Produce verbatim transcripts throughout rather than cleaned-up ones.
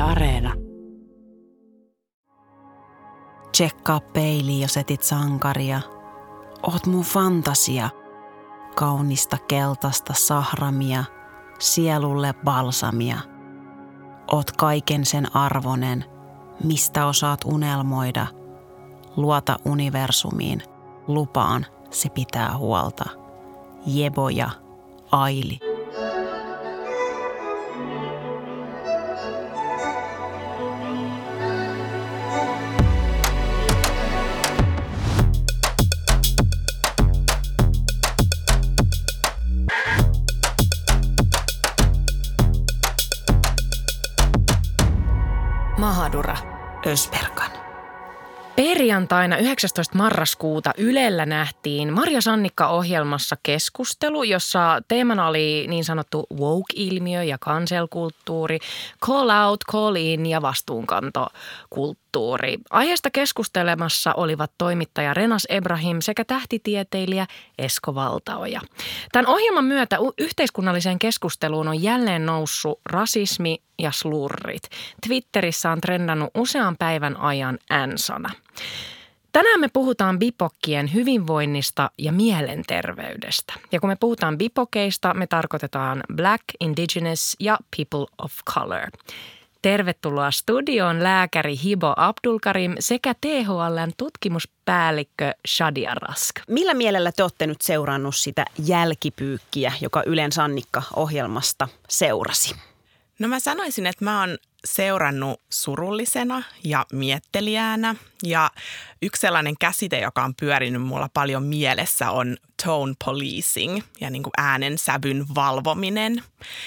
Areena. Tsekkaa peiliin, jos etit sankaria. Oot mun fantasia. Kaunista keltaista sahramia, sielulle balsamia. Oot kaiken sen arvonen, mistä osaat unelmoida. Luota universumiin, lupaan se pitää huolta. Jebo ja Aili. Mahadura Ösberkan. Perjantaina yhdeksästoista marraskuuta Ylellä nähtiin Marja Sannikka-ohjelmassa keskustelu, jossa teemana oli niin sanottu woke-ilmiö ja cancel-kulttuuri, call out, call in ja vastuunkantokulttuuri. Aiheesta keskustelemassa olivat toimittaja Renas Ebrahim sekä tähtitieteilijä Esko Valtaoja. Tämän ohjelman myötä yhteiskunnalliseen keskusteluun on jälleen noussut rasismi ja slurrit. Twitterissä on trendannut usean päivän ajan N-sana. Tänään me puhutaan bipokkien hyvinvoinnista ja mielenterveydestä. Ja kun me puhutaan bipokeista, me tarkoitetaan Black, Indigenous ja People of Color. Tervetuloa studioon lääkäri Hibo Abdulkarim sekä T H L:n tutkimuspäällikkö Shadia Rask. Millä mielellä te olette nyt seurannut sitä jälkipyykkiä, joka Ylen Sannikka-ohjelmasta seurasi? No mä sanoisin, että mä oon seurannut surullisena ja miettelijänä ja yksi sellainen käsite, joka on pyörinyt mulla paljon mielessä on tone policing ja niin kuin äänensävyn valvominen.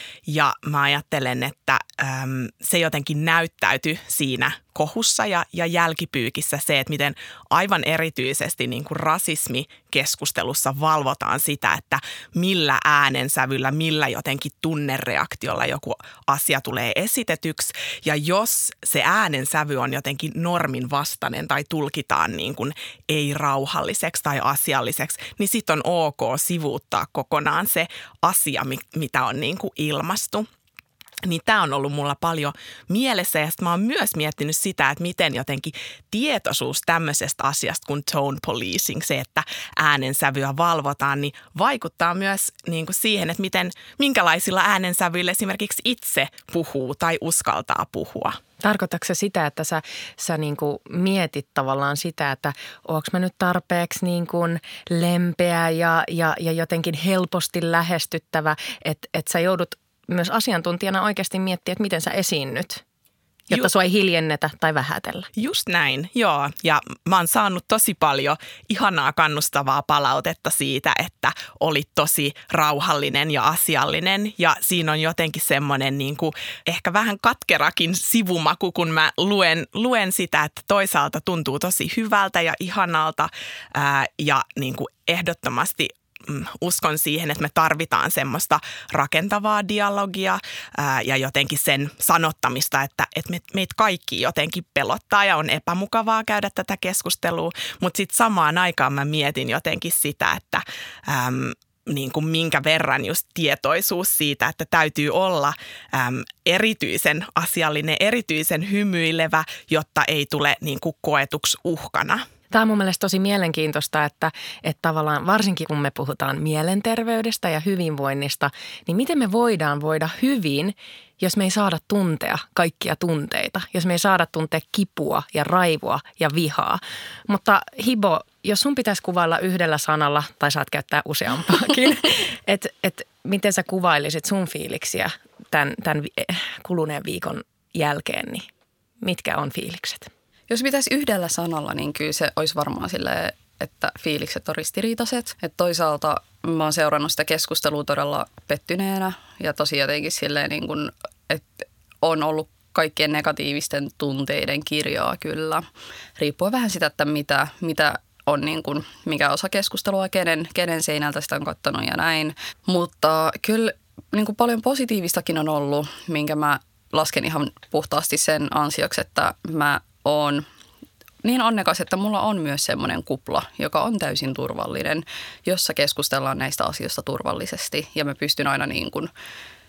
Ja mä ajattelen, että äm, se jotenkin näyttäytyi siinä kohussa ja, ja jälkipyykissä se, että miten aivan erityisesti niin kuin rasismikeskustelussa valvotaan sitä, että millä äänensävyllä, millä jotenkin tunnereaktiolla joku asia tulee esitetyksi. Ja jos se äänensävy on jotenkin normin vastainen tai tulkitaan niin kuin ei-rauhalliseksi tai asialliseksi, niin sitten on ok sivuuttaa kokonaan se asia, mitä on niin kuin ilmastu. Niin tämä on ollut mulla paljon mielessä ja sitten mä oon myös miettinyt sitä, että miten jotenkin tietoisuus tämmöisestä asiasta kuin tone policing, se, että äänensävyä valvotaan, niin vaikuttaa myös niin kuin siihen, että miten, minkälaisilla äänensävyillä esimerkiksi itse puhuu tai uskaltaa puhua. Tarkoitatko se sitä, että sä, sä niin kuin mietit tavallaan sitä, että onko mä nyt tarpeeksi niin kuin lempeä ja, ja, ja jotenkin helposti lähestyttävä, että, että sä joudut myös asiantuntijana oikeasti miettiä, että miten sä esiinnyt, jotta Ju- sua ei hiljennetä tai vähätellä. Just näin, joo. Ja mä oon saanut tosi paljon ihanaa kannustavaa palautetta siitä, että olit tosi rauhallinen ja asiallinen. Ja siinä on jotenkin semmoinen niin kuin ehkä vähän katkerakin sivumaku, kun mä luen, luen sitä, että toisaalta tuntuu tosi hyvältä ja ihanalta ää, ja niin kuin ehdottomasti uskon siihen, että me tarvitaan semmoista rakentavaa dialogia ää, ja jotenkin sen sanottamista, että, että me, meitä kaikki jotenkin pelottaa ja on epämukavaa käydä tätä keskustelua, mutta sitten samaan aikaan mä mietin jotenkin sitä, että äm, niin kuin minkä verran just tietoisuus siitä, että täytyy olla äm, erityisen asiallinen, erityisen hymyilevä, jotta ei tule niin kuin koetuksi uhkana. Tämä on mun mielestä tosi mielenkiintoista, että, että tavallaan varsinkin kun me puhutaan mielenterveydestä ja hyvinvoinnista, niin miten me voidaan voida hyvin, jos me ei saada tuntea kaikkia tunteita, jos me ei saada tuntea kipua ja raivoa ja vihaa. Mutta Hibo, jos sun pitäisi kuvailla yhdellä sanalla, tai saat käyttää useampaakin, että et, miten sä kuvailisit sun fiiliksiä tämän, tämän kuluneen viikon jälkeen, niin mitkä on fiilikset? Jos pitäisi yhdellä sanalla, niin kyllä se olisi varmaan silleen, että fiilikset on ristiriitaiset. Että toisaalta mä oon seurannut sitä keskustelua todella pettyneenä ja tosi jotenkin silleen niin kuin, että on ollut kaikkien negatiivisten tunteiden kirjoa kyllä. Riippuu vähän sitä, että mitä, mitä on niin kuin, mikä osa keskustelua, kenen, kenen seinältä sitä on katsonut ja näin. Mutta kyllä niin kuin paljon positiivistakin on ollut, minkä mä lasken ihan puhtaasti sen ansioksi, että mä oon niin onnekas, että mulla on myös semmoinen kupla, joka on täysin turvallinen, jossa keskustellaan näistä asioista turvallisesti ja mä pystyn aina niin kuin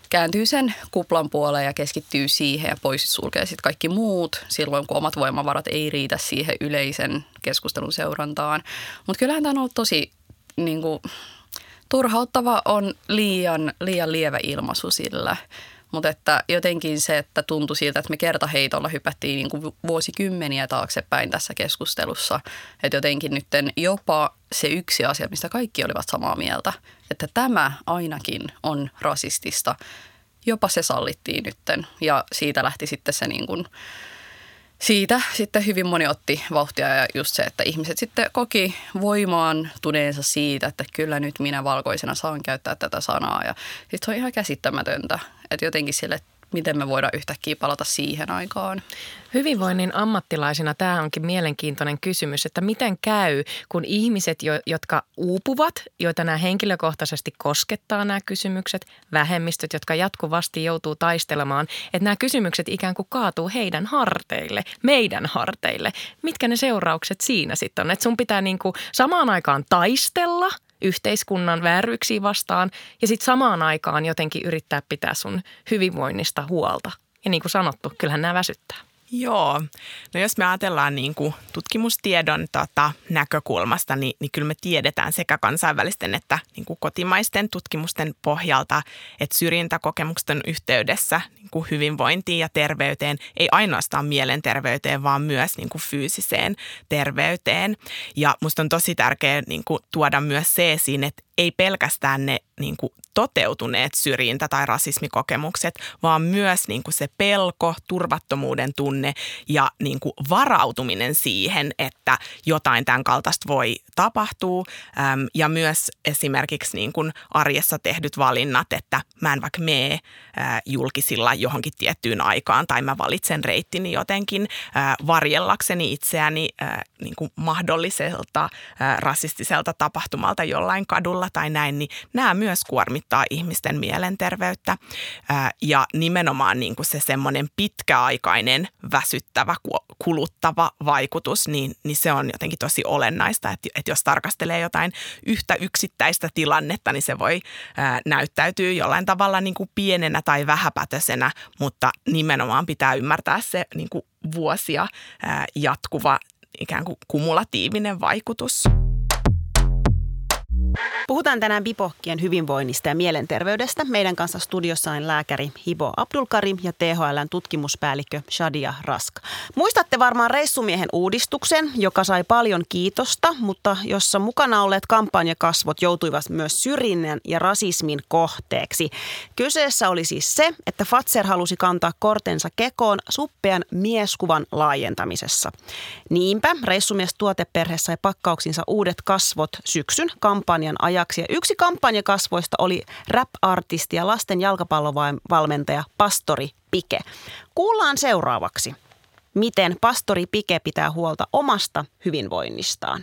kääntyy sen kuplan puoleen ja keskittyy siihen ja pois sulkee sitten kaikki muut silloin, kun omat voimavarat ei riitä siihen yleisen keskustelun seurantaan. Mutta kyllähän tämä on ollut tosi niin kuin, turhauttava on liian, liian lievä ilmaisu sillä. Mutta että jotenkin se, että tuntui siltä, että me kertaheitolla hypättiin niin kuin vuosikymmeniä taaksepäin tässä keskustelussa. Että jotenkin nyt jopa se yksi asia, mistä kaikki olivat samaa mieltä, että tämä ainakin on rasistista. Jopa se sallittiin nytten ja siitä lähti sitten se niin kuin, siitä sitten hyvin moni otti vauhtia ja just se, että ihmiset sitten koki voimaantuneensa siitä, että kyllä nyt minä valkoisena saan käyttää tätä sanaa ja sitten se on ihan käsittämätöntä, että jotenkin sille, miten me voidaan yhtäkkiä palata siihen aikaan. Hyvinvoinnin ammattilaisina tämä onkin mielenkiintoinen kysymys, että miten käy, kun ihmiset, jotka uupuvat, joita nämä henkilökohtaisesti koskettaa nämä kysymykset, vähemmistöt, jotka jatkuvasti joutuu taistelemaan, että nämä kysymykset ikään kuin kaatuu heidän harteille, meidän harteille. Mitkä ne seuraukset siinä sitten on? Että sun pitää niin kuin samaan aikaan taistella yhteiskunnan vääryyksiä vastaan ja sitten samaan aikaan jotenkin yrittää pitää sun hyvinvoinnista huolta. Ja niin kuin sanottu, kyllähän nämä väsyttää. Joo. No jos me ajatellaan niin kuin tutkimustiedon tota, näkökulmasta, niin, niin kyllä me tiedetään sekä kansainvälisten että niin kuin kotimaisten tutkimusten pohjalta, että syrjintäkokemuksen yhteydessä niin kuin hyvinvointiin ja terveyteen, ei ainoastaan mielenterveyteen, vaan myös niin kuin fyysiseen terveyteen. Ja musta on tosi tärkeää niin kuin tuoda myös se esiin, että ei pelkästään ne niin kuin toteutuneet syrjintä- tai rasismikokemukset, vaan myös niin kuin se pelko, turvattomuuden tunne ja niin kuin varautuminen siihen, että jotain tämän kaltaista voi tapahtua. Äm, ja myös esimerkiksi niin kuin arjessa tehdyt valinnat, että mä en vaikka mene äh, julkisilla johonkin tiettyyn aikaan tai mä valitsen reittini jotenkin äh, varjellakseni itseäni äh, niin kuin mahdolliselta äh, rasistiselta tapahtumalta jollain kadulla tai näin, niin nämä myös kuormittaa ihmisten mielenterveyttä ää, ja nimenomaan niin kuin se semmoinen pitkäaikainen, väsyttävä, kuluttava vaikutus, niin, niin se on jotenkin tosi olennaista, että, että jos tarkastelee jotain yhtä yksittäistä tilannetta, niin se voi ää, näyttäytyä jollain tavalla niin kuin pienenä tai vähäpätöisenä, mutta nimenomaan pitää ymmärtää se niin kuin vuosia ää, jatkuva ikään kuin kumulatiivinen vaikutus. Puhutaan tänään bipokkien hyvinvoinnista ja mielenterveydestä. Meidän kanssa studiossa on lääkäri Hibo Abdulkarim ja T H L:n tutkimuspäällikkö Shadia Rask. Muistatte varmaan Reissumiehen uudistuksen, joka sai paljon kiitosta, mutta jossa mukana olleet kampanjakasvot joutuivat myös syrjinnän ja rasismin kohteeksi. Kyseessä oli siis se, että Fazer halusi kantaa kortensa kekoon suppean mieskuvan laajentamisessa. Niinpä Reissumies tuoteperhe sai pakkauksinsa uudet kasvot syksyn kampanjan ajaksi. Ja yksi kampanjakasvoista oli rap-artisti ja lasten jalkapallovalmentaja Pastori Pike. Kuullaan seuraavaksi, miten Pastori Pike pitää huolta omasta hyvinvoinnistaan.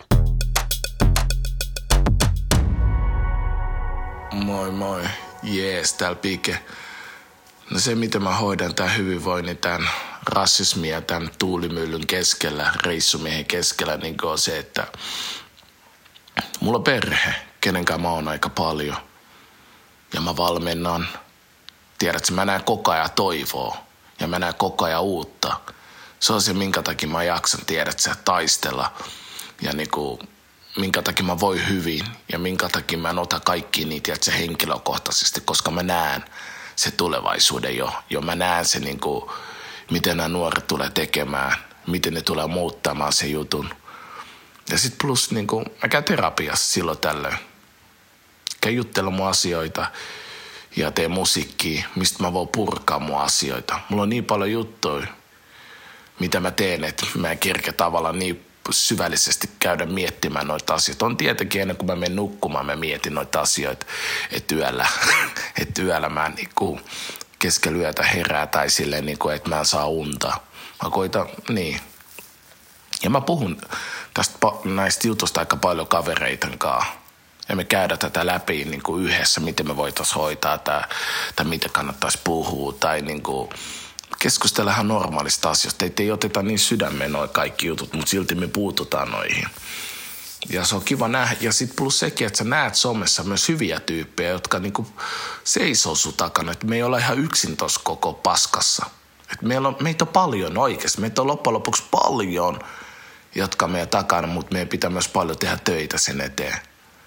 Moi moi, jees, täällä Pike. No se, miten mä hoidan tämän hyvinvoinnin, tämän rasismin ja tämän tuulimyllyn keskellä, reissumiehen keskellä, niin on se, että mulla on perhe, kenenkään mä oon aika paljon. Ja mä valmennan. Tiedätkö, mä näen koko ajan toivoa. Ja mä näen koko ajan uutta. Se on se, minkä takia mä jaksan, tiedätkö, taistella. Ja niinku, minkä takia mä voin hyvin. Ja minkä takia mä en ota kaikki niitä, tiedätkö, henkilökohtaisesti. Koska mä näen se tulevaisuuden jo. Jo mä näen se, niinku, miten nämä nuoret tulee tekemään. Miten ne tulee muuttamaan se jutun. Ja sit plus niinku, mä käyn terapiassa silloin tällöin. Käyn juttelemaan mun asioita ja teen musiikkia, mistä mä voin purkaa mun asioita. Mulla on niin paljon juttuja, mitä mä teen, että mä en kerkeä tavallaan niin syvällisesti käydä miettimään noita asioita. On tietenkin ennen kuin mä menen nukkumaan, mä mietin noita asioita, että yöllä, että yöllä mä niinku keskellä yötä herää tai silleen, niinku, että mä en saa unta. Mä koitan, niin. Ja mä puhun tästä näistä jutusta aika paljon kavereiden kanssa. Ja me käydään tätä läpi niin kuin yhdessä, miten me voitaisiin hoitaa tai, tai mitä kannattaisi puhua. Tai niin kuin keskustellaan normaalista asioista. Ei, ei oteta niin sydämeen noi kaikki jutut, mutta silti me puututaan noihin. Ja se on kiva nähdä. Ja sitten plus sekin, että sä näet somessa myös hyviä tyyppejä, jotka niinku seisoo sun takana. Että me ei olla ihan yksin tossa koko paskassa. Että meillä on, meitä on paljon oikeasti. Meitä on loppujen lopuksi paljon, jotka meidän takana, mutta meidän pitää myös paljon tehdä töitä sen eteen.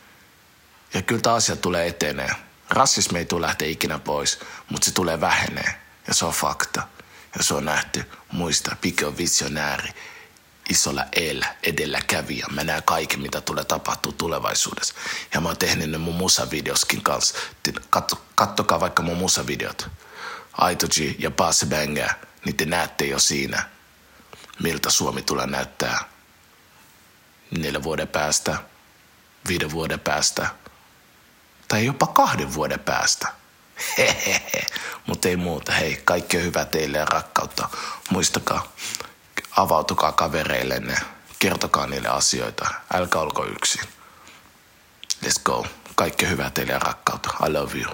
Ja kyllä tämä asia tulee eteneen. Rasismi ei tule lähteä ikinä pois, mutta se tulee vähenee. Ja se on fakta. Ja se on nähty. Muista, Pike on visionääri. Isolla eellä, edelläkävijä. Mä näen kaiken, mitä tulee tapahtua tulevaisuudessa. Ja mä oon tehnyt ne mun musavideoskin kanssa. Katso, kattokaa vaikka mun musavideot. Aito G ja Basse Banger, niin te näette jo siinä, miltä Suomi tulee näyttää neljän vuoden päästä, viiden vuoden päästä tai jopa kahden vuoden päästä. Hehehe, mutta ei muuta. Hei, kaikki on hyvä teille ja rakkautta. Muistakaa, avautukaa kavereillenne, kertokaa niille asioita. Älkää olko yksin. Let's go. Kaikki on hyvä teille ja rakkautta. I love you.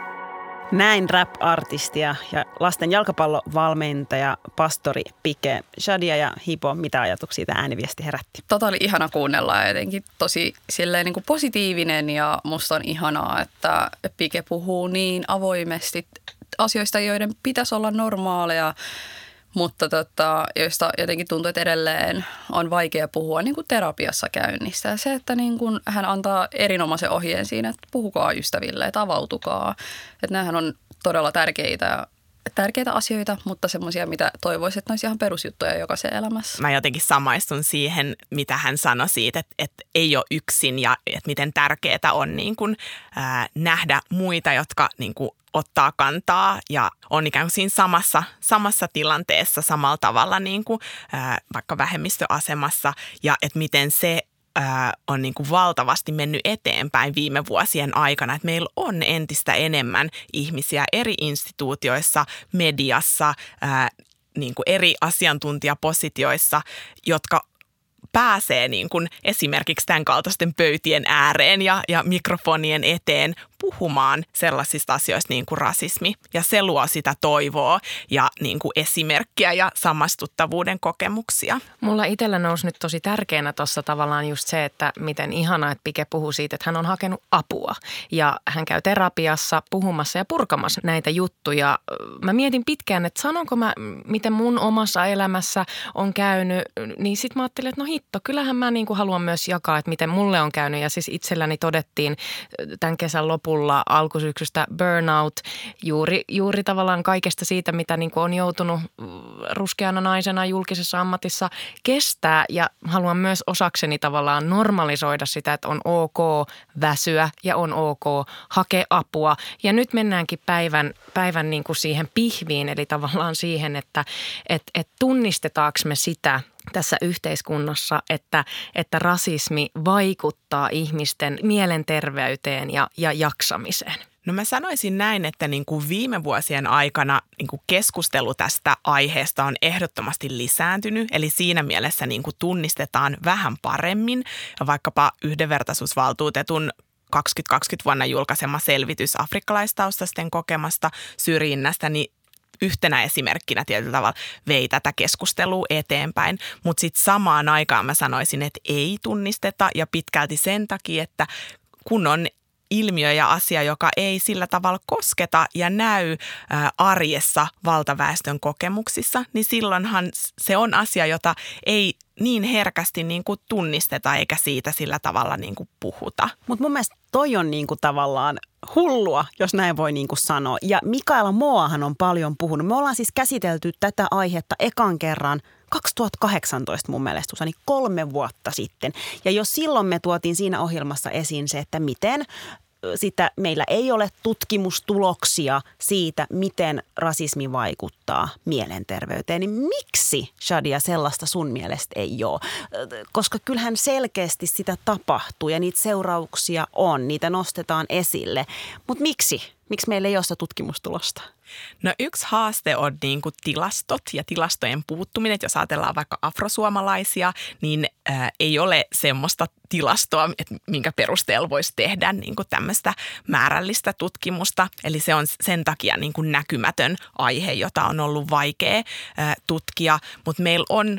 Näin rap-artistia ja lasten jalkapallovalmentaja, pastori Pike. Shadia ja Hipo, mitä ajatuksia tämä ääniviesti herätti? Tota oli ihana kuunnella ja jotenkin tosi silleen niin kuin positiivinen ja musta on ihanaa, että Pike puhuu niin avoimesti asioista, joiden pitäisi olla normaaleja, mutta tota, joista jotenkin tuntuu, että edelleen on vaikea puhua niin kuin terapiassa käynnistä. Ja se, että niin kuin hän antaa erinomaisen ohjeen siinä, että puhukaa ystäville, että avautukaa. Että nämähän on todella tärkeitä, tärkeitä asioita, mutta semmoisia, mitä toivoisin, että ne olisi ihan perusjuttuja jokaisen elämässä. Mä jotenkin samaistun siihen, mitä hän sanoi siitä, että, että ei ole yksin ja että miten tärkeää on niin kuin, ää, nähdä muita, jotka niin kuin ottaa kantaa ja on ikään kuin siinä samassa, samassa tilanteessa samalla tavalla niin kuin, ää, vaikka vähemmistöasemassa ja että miten se ää, on niin kuin valtavasti mennyt eteenpäin viime vuosien aikana. Että meillä on entistä enemmän ihmisiä eri instituutioissa, mediassa, ää, niin kuin eri asiantuntijapositioissa, jotka pääsee niin kuin esimerkiksi tämän kaltaisten pöytien ääreen ja, ja mikrofonien eteen puhumaan sellaisista asioista niin kuin rasismi. Ja se luo sitä toivoa ja niin kuin esimerkkiä ja samastuttavuuden kokemuksia. Mulla itsellä nousi nyt tosi tärkeänä tuossa tavallaan just se, että miten ihanaa, että Pike puhuu siitä, että hän on hakenut apua. Ja hän käy terapiassa puhumassa ja purkamassa näitä juttuja. Mä mietin pitkään, että sanonko mä, miten mun omassa elämässä on käynyt, niin sit mä ajattelin, että no hitto, kyllähän mä niin kuin haluan myös jakaa, että miten mulle on käynyt. Ja siis itselläni todettiin tämän kesän lopulla alkusyksystä burnout, juuri, juuri tavallaan kaikesta siitä, mitä niin kuin on joutunut ruskeana naisena julkisessa ammatissa kestää. Ja haluan myös osakseni tavallaan normalisoida sitä, että on ok väsyä ja on ok hakea apua. Ja nyt mennäänkin päivän, päivän niin kuin siihen pihviin, eli tavallaan siihen, että et, et tunnistetaanko me sitä tässä yhteiskunnassa, että, että rasismi vaikuttaa ihmisten mielenterveyteen ja, ja jaksamiseen? No mä sanoisin näin, että niin kuin viime vuosien aikana niin kuin keskustelu tästä aiheesta on ehdottomasti lisääntynyt. Eli siinä mielessä niin kuin tunnistetaan vähän paremmin ja vaikkapa yhdenvertaisuusvaltuutetun kaksituhattakaksikymmentä vuonna julkaisema selvitys afrikkalaistaustaisten kokemasta syrjinnästä, niin yhtenä esimerkkinä tietyllä tavalla vei tätä keskustelua eteenpäin, mutta sitten samaan aikaan mä sanoisin, että ei tunnisteta ja pitkälti sen takia, että kun on ilmiö ja asia, joka ei sillä tavalla kosketa ja näy ää, arjessa valtaväestön kokemuksissa, niin silloinhan se on asia, jota ei niin herkästi niin kuin tunnisteta eikä siitä sillä tavalla niin kuin puhuta. Mutta mun mielestä toi on niin kuin tavallaan hullua, jos näin voi niin kuin sanoa. Ja Mikaela Moahan on paljon puhunut. Me ollaan siis käsitelty tätä aihetta ekan kerran kaksituhattakahdeksantoista mun mielestä, niin kolme vuotta sitten. Ja jos silloin me tuotiin siinä ohjelmassa esiin se, että miten sitä meillä ei ole tutkimustuloksia siitä, miten rasismi vaikuttaa mielenterveyteen, niin miksi, Shadia, sellaista sun mielestä ei ole? Koska kyllähän selkeästi sitä tapahtuu ja niitä seurauksia on, niitä nostetaan esille. Mutta miksi? Miksi meillä ei ole sitä tutkimustulosta? No yksi haaste on niin kuin tilastot ja tilastojen puuttuminen. Jos ajatellaan vaikka afrosuomalaisia, niin ää, ei ole semmoista tilastoa, että minkä perusteella voisi tehdä niin kuin tämmöistä määrällistä tutkimusta. Eli se on sen takia niin kuin näkymätön aihe, jota on ollut vaikea ää, tutkia, mutta meillä on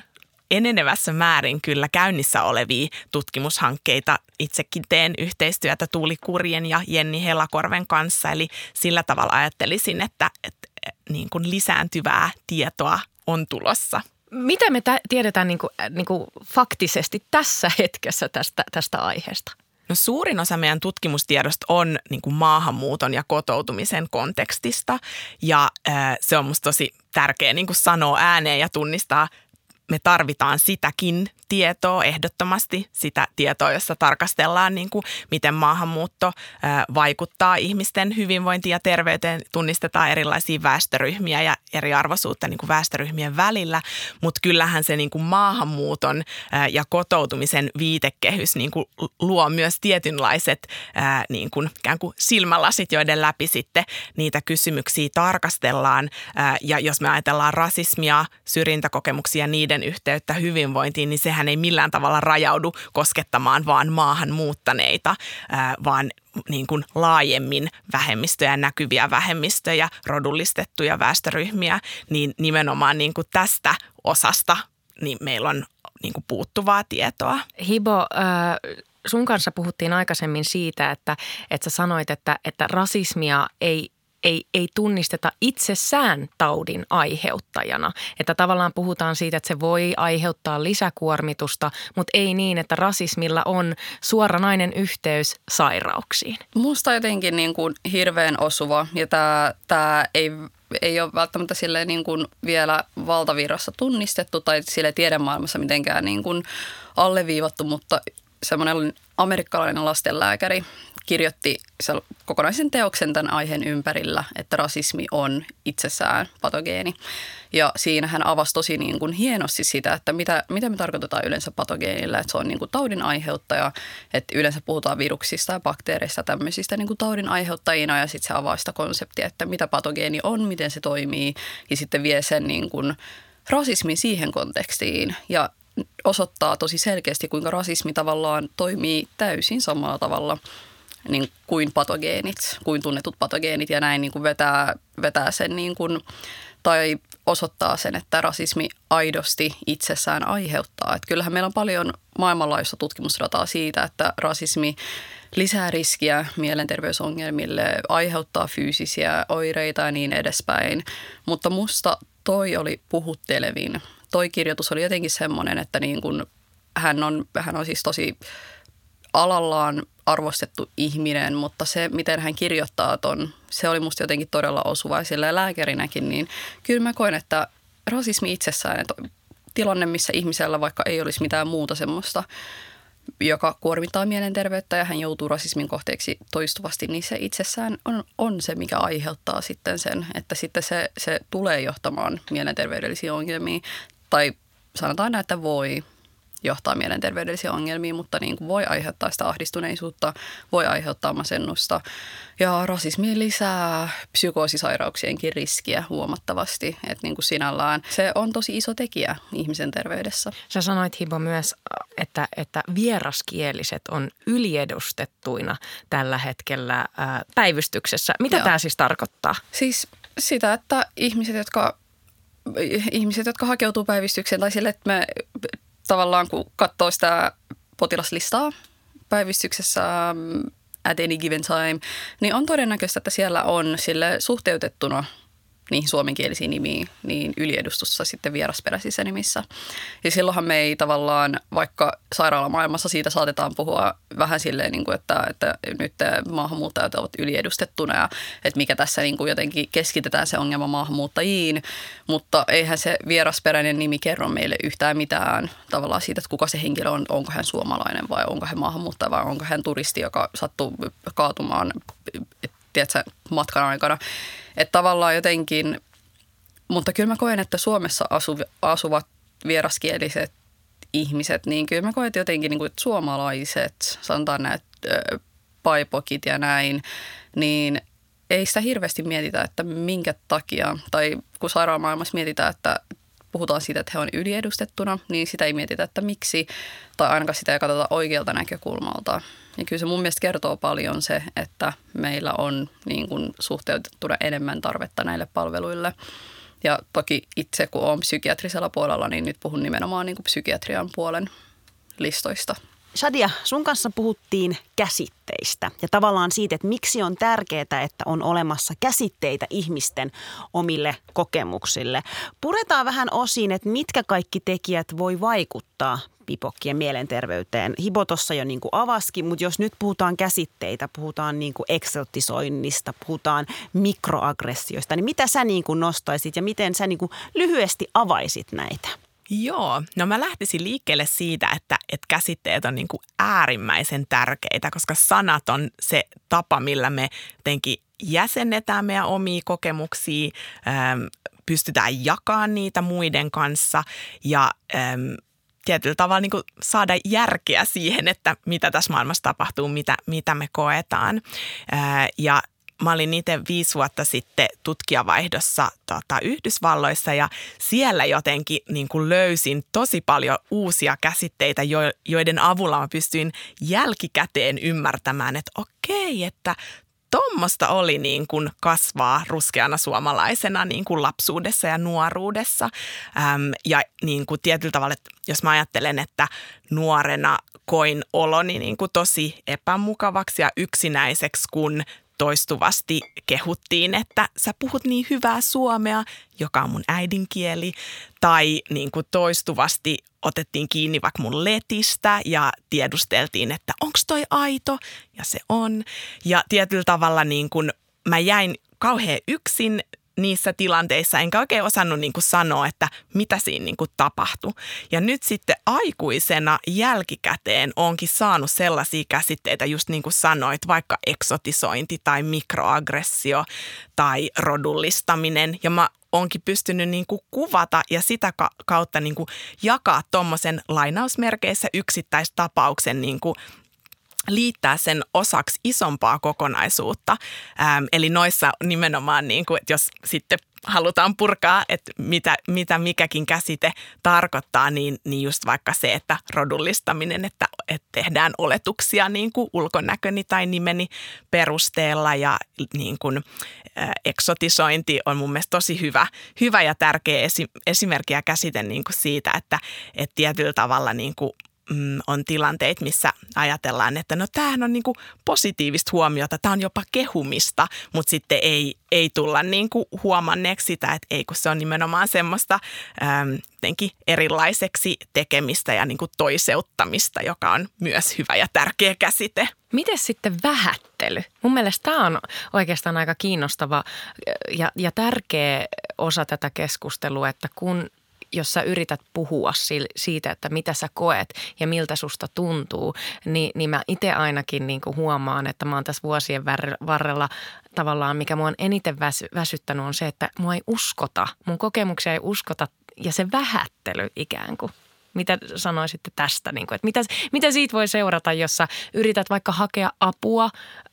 enenevässä määrin kyllä käynnissä olevia tutkimushankkeita. Itsekin teen yhteistyötä Tuuli Kurjen ja Jenni Helakorven kanssa, eli sillä tavalla ajattelisin, että, että niin kuin lisääntyvää tietoa on tulossa. Mitä me tä- tiedetään niin kuin, niin kuin faktisesti tässä hetkessä tästä, tästä aiheesta? No suurin osa meidän tutkimustiedosta on niin kuin maahanmuuton ja kotoutumisen kontekstista ja äh, se on musta tosi tärkeä niin kuin sanoa ääneen ja tunnistaa. Me tarvitaan sitäkin tietoa, ehdottomasti sitä tietoa, jossa tarkastellaan, niin kuin, miten maahanmuutto ää, vaikuttaa ihmisten hyvinvointiin ja terveyteen. Tunnistetaan erilaisia väestöryhmiä ja eriarvoisuutta niin kuin väestöryhmien välillä, mutta kyllähän se niin kuin maahanmuuton ää, ja kotoutumisen viitekehys niin kuin luo myös tietynlaiset ää, niin kuin, ikään kuin silmälasit, joiden läpi sitten niitä kysymyksiä tarkastellaan. Ää, ja jos me ajatellaan rasismia, syrjintäkokemuksia, niiden yhteyttä hyvinvointiin, niin sehän ei millään tavalla rajaudu koskettamaan vaan maahan muuttaneita, vaan niin kuin laajemmin vähemmistöjä, näkyviä vähemmistöjä, rodullistettuja väestöryhmiä, niin nimenomaan niin kuin tästä osasta niin meillä on niin kuin puuttuvaa tietoa. Hibo, äh, sun kanssa puhuttiin aikaisemmin siitä, että, että sä sanoit, että, että rasismia ei Ei, ei tunnisteta itsessään taudin aiheuttajana. Että tavallaan puhutaan siitä, että se voi aiheuttaa lisäkuormitusta, mutta ei niin, että rasismilla on suoranainen yhteys sairauksiin. Musta jotenkin niin kuin hirveän osuva ja tämä, tämä ei, ei ole välttämättä silleen niin kuin vielä valtavirrassa tunnistettu tai sille tiedemaailmassa mitenkään niin kuin alleviivattu, mutta semmoinen amerikkalainen lastenlääkäri kirjoitti kokonaisen teoksen tämän aiheen ympärillä, että rasismi on itsessään patogeeni. Ja siinä hän avasi tosi niin kuin hienosti sitä, että mitä, mitä me tarkoitetaan yleensä patogeenillä, että se on niin kuin taudin aiheuttaja, että yleensä puhutaan viruksista ja bakteereista tämmöisistä niin kuin taudin aiheuttajina ja sitten se avaa sitä konseptia, että mitä patogeeni on, miten se toimii ja sitten vie sen niin kuin rasismin siihen kontekstiin ja osoittaa tosi selkeästi, kuinka rasismi tavallaan toimii täysin samalla tavalla niin kuin patogeenit, kuin tunnetut patogeenit ja näin niin kuin vetää, vetää sen niin kuin, tai osoittaa sen, että rasismi aidosti itsessään aiheuttaa. Että kyllähän meillä on paljon maailmanlaajuista tutkimusdataa siitä, että rasismi lisää riskiä mielenterveysongelmille, aiheuttaa fyysisiä oireita ja niin edespäin. Mutta musta toi oli puhuttelevin. Toi kirjoitus oli jotenkin semmoinen, että niin kun hän, on, hän on siis tosi alallaan arvostettu ihminen, mutta se, miten hän kirjoittaa ton, se oli musta jotenkin todella osuva. Sillä lääkärinäkin, niin kyllä mä koen, että rasismi itsessään, että tilanne, missä ihmisellä vaikka ei olisi mitään muuta semmoista, joka kuormittaa mielenterveyttä ja hän joutuu rasismin kohteeksi toistuvasti, niin se itsessään on, on se, mikä aiheuttaa sitten sen, että sitten se, se tulee johtamaan mielenterveydellisiin ongelmiin. Tai sanotaan näin, että voi johtaa mielenterveydellisiä ongelmia, mutta niin kuin voi aiheuttaa sitä ahdistuneisuutta, voi aiheuttaa masennusta. Ja rasismi lisää psykoosisairauksienkin riskiä huomattavasti, että niin kuin sinällään se on tosi iso tekijä ihmisen terveydessä. Sä sanoit, Hibo, myös, että, että vieraskieliset on yliedustettuina tällä hetkellä ää, päivystyksessä. Mitä tämä siis tarkoittaa? Siis sitä, että ihmiset, jotka, ihmiset, jotka hakeutuu päivystykseen tai sille, että me tavallaan kun katsoo sitä potilaslistaa päivystyksessä at any given time, niin on todennäköistä, että siellä on sille suhteutettuna niihin suomenkielisiin nimiin, niin yliedustussa sitten vierasperäisissä nimissä. Ja silloinhan me ei tavallaan, vaikka sairaalamaailmassa siitä saatetaan puhua vähän silleen, niin kuin, että, että nyt maahanmuuttajat ovat yliedustettuna ja että mikä tässä niin kuin jotenkin keskitetään se ongelma maahanmuuttajiin, mutta eihän se vierasperäinen nimi kerro meille yhtään mitään tavallaan siitä, että kuka se henkilö on, onko hän suomalainen vai onko hän maahanmuuttaja vai onko hän turisti, joka sattuu kaatumaan, tiedätkö, matkan aikana. Että tavallaan jotenkin, mutta kyllä mä koen, että Suomessa asu, asuvat vieraskieliset ihmiset, niin kyllä mä koen, että jotenkin niin kuin, että suomalaiset, sanotaan näitä paipokit ja näin, niin ei sitä hirveästi mietitä, että minkä takia, tai kun sairaalamaailmassa mietitään, että puhutaan siitä, että he on yliedustettuna, niin sitä ei mietitä, että miksi, tai ainakaan sitä ei katsota oikealta näkökulmalta. Ja kyllä se mun mielestä kertoo paljon se, että meillä on niin kuin suhteutettuna enemmän tarvetta näille palveluille. Ja toki itse, kun olen psykiatrisella puolella, niin nyt puhun nimenomaan niin kuin psykiatrian puolen listoista. Shadia, sun kanssa puhuttiin käsitteistä ja tavallaan siitä, että miksi on tärkeää, että on olemassa käsitteitä ihmisten omille kokemuksille. Puretaan vähän osiin, että mitkä kaikki tekijät voi vaikuttaa pipokkien mielenterveyteen. Hibo tuossa jo niin kuin avaskin, mutta jos nyt puhutaan käsitteitä, puhutaan niin kuin eksotisoinnista, puhutaan mikroaggressioista, niin mitä sä niin kuin nostaisit ja miten sä niin kuin lyhyesti avaisit näitä? Joo, no mä lähtisin liikkeelle siitä, että, että käsitteet on niin kuin äärimmäisen tärkeitä, koska sanat on se tapa, millä me jotenkin jäsennetään meidän omia kokemuksia, ähm, pystytään jakamaan niitä muiden kanssa ja ähm, tietyllä tavalla niin kuin saada järkeä siihen, että mitä tässä maailmassa tapahtuu, mitä, mitä me koetaan. Äh, ja Mä olin itse viisi vuotta sitten tutkijavaihdossa tota, Yhdysvalloissa ja siellä jotenkin niin kuin löysin tosi paljon uusia käsitteitä, jo, joiden avulla mä pystyin jälkikäteen ymmärtämään, että okei, että tommosta oli niin kuin kasvaa ruskeana suomalaisena niin kuin lapsuudessa ja nuoruudessa. Äm, ja niin kuin tietyllä tavalla, että jos mä ajattelen, että nuorena koin oloni niin kuin tosi epämukavaksi ja yksinäiseksi, kun toistuvasti kehuttiin, että sä puhut niin hyvää suomea, joka on mun äidinkieli, tai niin kuin toistuvasti otettiin kiinni vaikka mun letistä ja tiedusteltiin, että onko toi aito, ja se on. Ja tietyllä tavalla niin kuin mä jäin kauhean yksin niissä tilanteissa, enkä oikein osannut niin kuin sanoa, että mitä siinä niin kuin tapahtui. Ja nyt sitten aikuisena jälkikäteen onkin saanut sellaisia käsitteitä, just niin kuin sanoit, vaikka eksotisointi tai mikroaggressio tai rodullistaminen. Ja mä onkin pystynyt niin kuin kuvata ja sitä kautta niin kuin jakaa tuommoisen lainausmerkeissä yksittäistapauksen niin kuin liittää sen osaksi isompaa kokonaisuutta. Ähm, eli noissa nimenomaan, niin kuin, että jos sitten halutaan purkaa, että mitä, mitä mikäkin käsite tarkoittaa, niin, niin just vaikka se, että rodullistaminen, että, että tehdään oletuksia niin kuin ulkonäköni tai nimeni perusteella ja niin kuin, äh, eksotisointi on mun mielestä tosi hyvä, hyvä ja tärkeä esi, esimerkki ja käsite niin kuin siitä, että, että tietyllä tavalla niin kuin on tilanteita, missä ajatellaan, että no tämähän on niin kuin positiivista huomiota, tämä on jopa kehumista, mutta sitten ei, ei tulla niin kuin huomanneeksi sitä, että ei kun se on nimenomaan semmoista äm, erilaiseksi tekemistä ja niin kuin toiseuttamista, joka on myös hyvä ja tärkeä käsite. Miten sitten vähättely? Mun mielestä tämä on oikeastaan aika kiinnostava ja, ja tärkeä osa tätä keskustelua, että kun jos sä yrität puhua siitä, että mitä sä koet ja miltä susta tuntuu, niin, niin mä itse ainakin niin kuin huomaan, että mä oon tässä vuosien varrella tavallaan, mikä mua on eniten väsy, väsyttänyt on se, että mua ei uskota, mun kokemuksia ei uskota ja se vähättely ikään kuin. Mitä sanoisitte tästä, niin kuin, että mitä, mitä siitä voi seurata, jos sä yrität vaikka hakea apua,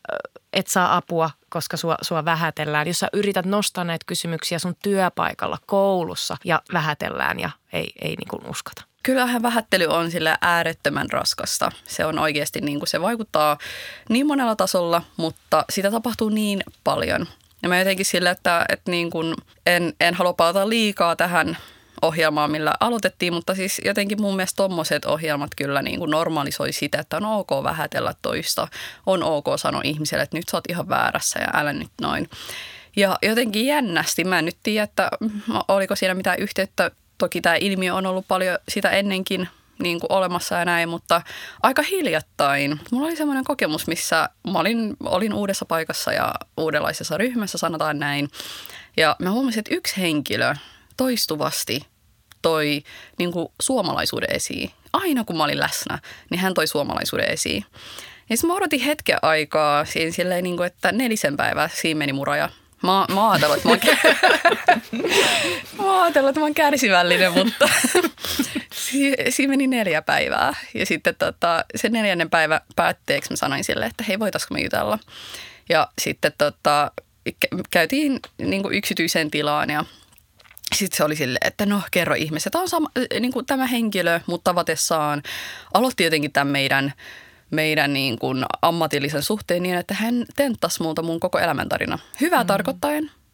et saa apua, koska sua, sua vähätellään. Jos sä yrität nostaa näitä kysymyksiä sun työpaikalla, koulussa ja vähätellään ja ei, ei niin kuin uskota. Kyllähän vähättely on sille äärettömän raskasta. Se on oikeasti niin kuin se vaikuttaa niin monella tasolla, mutta sitä tapahtuu niin paljon. Ja mä jotenkin sille, että, että niin kuin en, en halua palata liikaa tähän ohjelmaa, millä aloitettiin, mutta siis jotenkin mun mielestä tommoset ohjelmat kyllä niin kuin normalisoi sitä, että on ok vähätellä toista, on ok sanoa ihmiselle, että nyt sä oot ihan väärässä ja älä nyt noin. Ja jotenkin jännästi, mä en nyt tiedä, että oliko siinä mitään yhteyttä, toki tämä ilmiö on ollut paljon sitä ennenkin niin kuin olemassa ja näin, mutta aika hiljattain. Mulla oli semmoinen kokemus, missä mä olin, olin uudessa paikassa ja uudenlaisessa ryhmässä, sanotaan näin, ja mä huomasin, että yksi henkilö toistuvasti toi niin kuin suomalaisuuden esiin. Aina kun mä olin läsnä, niin hän toi suomalaisuuden esiin. Ja sitten mä odotin hetken aikaa siinä silleen, niin kuin, että nelisen päivää siinä meni mun raja. Mä, mä ajattelin, että mä oon, mä ajattelin, että mä oon kärsivällinen, mutta si, siinä meni neljä päivää. Ja sitten tota, sen neljännen päivän päätteeksi mä sanoin silleen, että hei, voitaisko me jutella. Ja sitten tota, käytiin niin kuin yksityiseen tilaan ja sitten se oli silleen, että no kerro ihmeessä, tämä on sama, niin kuin tämä henkilö, mutta tavatessaan aloitti jotenkin tämän meidän, meidän niin kuin ammatillisen suhteen niin, että hän tenttasi multa mun koko elämäntarina. Hyvää mm. tarkoittaen,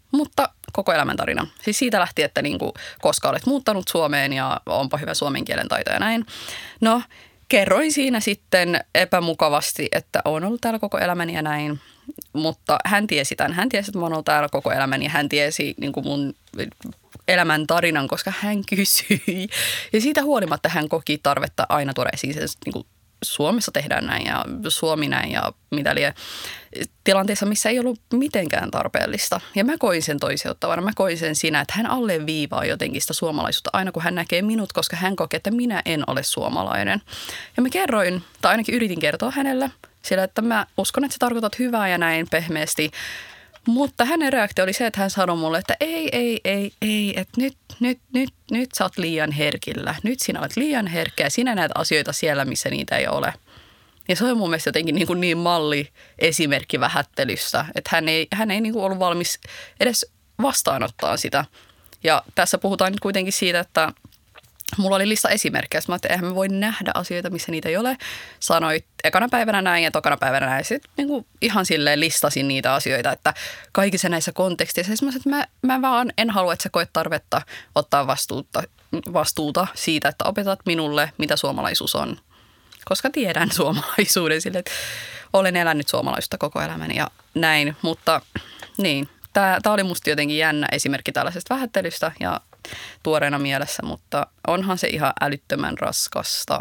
mutta koko elämäntarina. Siis siitä lähtien, että niin kuin, koska olet muuttanut Suomeen ja onpa hyvä suomen kielen taito ja näin. No, kerroin siinä sitten epämukavasti, että olen ollut täällä koko elämäni ja näin. Mutta hän tiesi tämän. Hän tiesi, että mä oon ollut täällä koko elämäni ja hän tiesi niin kuin mun elämän tarinan, koska hän kysyi. Ja siitä huolimatta hän koki tarvetta aina tuoda esiin se, niin kuin Suomessa tehdään näin ja Suomi näin ja mitä liian tilanteessa, missä ei ollut mitenkään tarpeellista. Ja mä koin sen toiseuttavana. Mä koin sen siinä, että hän alleviivaa jotenkin sitä suomalaisuutta aina kun hän näkee minut, koska hän kokee, että minä en ole suomalainen. Ja mä kerroin, tai ainakin yritin kertoa hänelle, sillä että mä uskon, että sä tarkoitat hyvää ja näin pehmeästi. Mutta hänen reaktio oli se, että hän sanoi mulle, että ei, ei, ei, ei, että nyt, nyt, nyt, nyt sä oot liian herkillä. Nyt sinä olet liian herkkä ja sinä näet asioita siellä, missä niitä ei ole. Ja se on mun mielestä jotenkin niin, kuin niin malli esimerkki vähättelystä, että hän ei, hän ei niin kuin ollut valmis edes vastaanottaa sitä. Ja tässä puhutaan nyt kuitenkin siitä, että mulla oli lista esimerkkejä. Mä ajattelin, että eihän mä voi nähdä asioita, missä niitä ei ole. Sanoit ekana päivänä näin ja tokana päivänä näin. Sitten niin kuin ihan silleen listasin niitä asioita, että kaikissa näissä konteksteissa. Mä, että mä, mä vaan en halua, että sä koet tarvetta ottaa vastuuta, vastuuta siitä, että opetat minulle, mitä suomalaisuus on. Koska tiedän suomalaisuuden sille, että olen elänyt suomalaisuutta koko elämäni ja näin. Mutta niin, tää, tää oli musta jotenkin jännä esimerkki tällaisesta vähättelystä ja tuoreena mielessä, mutta onhan se ihan älyttömän raskasta.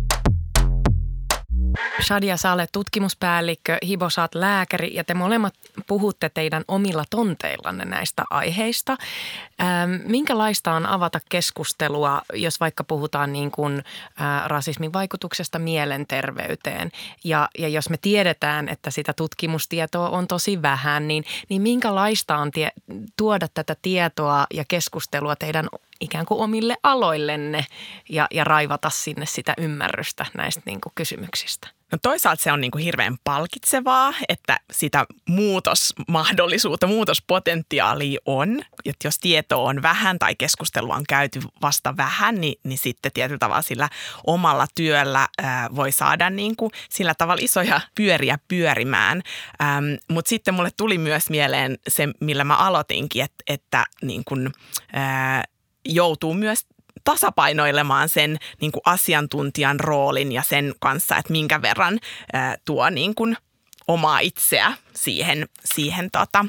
Shadia, sä olet tutkimuspäällikkö, Hibo, sä oot lääkäri ja te molemmat puhutte teidän omilla tonteillanne näistä aiheista. Ähm, minkälaista on avata keskustelua, jos vaikka puhutaan niin kuin, äh, rasismin vaikutuksesta mielenterveyteen ja, ja jos me tiedetään, että sitä tutkimustietoa on tosi vähän, niin, niin minkälaista on tie, tuoda tätä tietoa ja keskustelua teidän ikään kuin omille aloillenne ja, ja raivata sinne sitä ymmärrystä näistä niin kuin kysymyksistä? No toisaalta se on niin kuin hirveän palkitsevaa, että sitä muutosmahdollisuutta, muutospotentiaalia on. Että jos tietoa on vähän tai keskustelua on käyty vasta vähän, niin, niin sitten tietyllä tavalla sillä omalla työllä ää, voi saada niin kuin sillä tavalla isoja pyöriä pyörimään. Ähm, mutta sitten mulle tuli myös mieleen se, millä mä aloitinkin, että, että niin kuin, ää, joutuu myös tasapainoilemaan sen niin kuin asiantuntijan roolin ja sen kanssa, että minkä verran ää, tuo niin kuin omaa itseä siihen, siihen tota,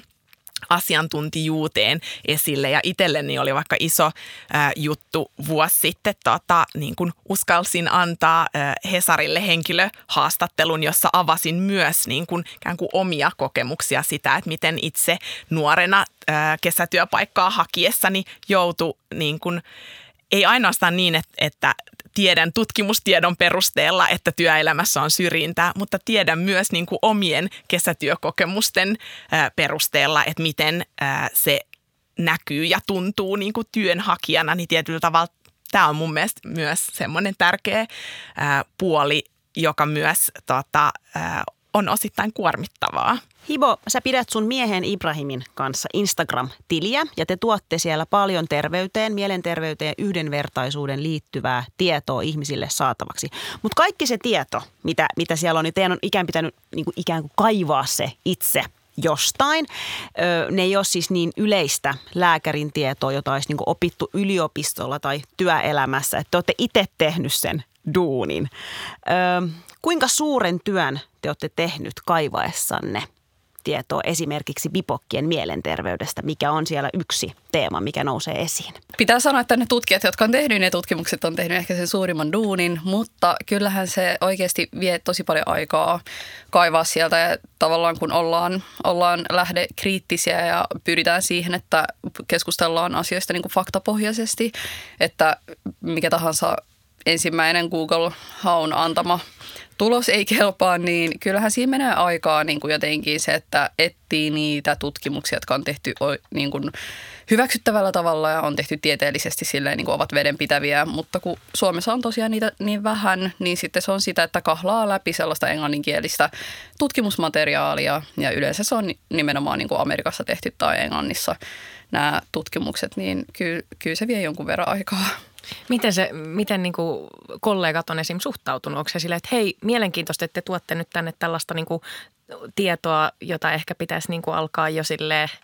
asiantuntijuuteen esille. Ja itselleni oli vaikka iso ää, juttu vuosi sitten, tota, niin kuin uskalsin antaa ää, Hesarille henkilöhaastattelun, jossa avasin myös niin kuin, ikään kuin omia kokemuksia sitä, että miten itse nuorena ää, kesätyöpaikkaa hakiessani joutui niin kuin, ei ainoastaan niin, että, että tiedän tutkimustiedon perusteella, että työelämässä on syrjintää, mutta tiedän myös niin kuin omien kesätyökokemusten ää, perusteella, että miten ää, se näkyy ja tuntuu niin kuin työnhakijana, niin tietyllä tavalla tämä on mun mielestä myös semmoinen tärkeä ää, puoli, joka myös tota, ää, on osittain kuormittavaa. Hibo, sä pidät sun miehen Ibrahimin kanssa Instagram-tiliä ja te tuotte siellä paljon terveyteen, mielenterveyteen ja yhdenvertaisuuden liittyvää tietoa ihmisille saatavaksi. Mutta kaikki se tieto, mitä, mitä siellä on, niin teidän on ikään pitänyt niin kuin ikään kuin kaivaa se itse jostain. Öö, ne ei ole siis niin yleistä lääkärin tietoa, jota olisi niin kuin opittu yliopistolla tai työelämässä, että te olette itse tehnyt sen duunin. Öö, kuinka suuren työn te olette tehnyt kaivaessanne tietoa esimerkiksi bipokkien mielenterveydestä, mikä on siellä yksi teema, mikä nousee esiin? Pitää sanoa, että ne tutkijat, jotka on tehnyt ne tutkimukset, on tehnyt ehkä sen suurimman duunin, mutta kyllähän se oikeasti vie tosi paljon aikaa kaivaa sieltä ja tavallaan kun ollaan, ollaan lähdekriittisiä ja pyritään siihen, että keskustellaan asioista niin kuin faktapohjaisesti, että mikä tahansa ensimmäinen Google-haun antama tulos ei kelpaa, niin kyllähän siinä menee aikaa niin kuin jotenkin se, että etsii niitä tutkimuksia, jotka on tehty niin kuin hyväksyttävällä tavalla ja on tehty tieteellisesti silleen, niin kuin ovat vedenpitäviä. Mutta kun Suomessa on tosiaan niitä niin vähän, niin sitten se on sitä, että kahlaa läpi sellaista englanninkielistä tutkimusmateriaalia. Ja yleensä se on nimenomaan niin kuin Amerikassa tehty tai Englannissa nämä tutkimukset, niin kyllä, kyllä se vie jonkun verran aikaa. Miten, se, miten niin kuin kollegat on esim. Suhtautunut? Onko se silleen, että hei, mielenkiintoista, että te tuotte nyt tänne tällaista niin kuin tietoa, jota ehkä pitäisi niin kuin alkaa jo silleen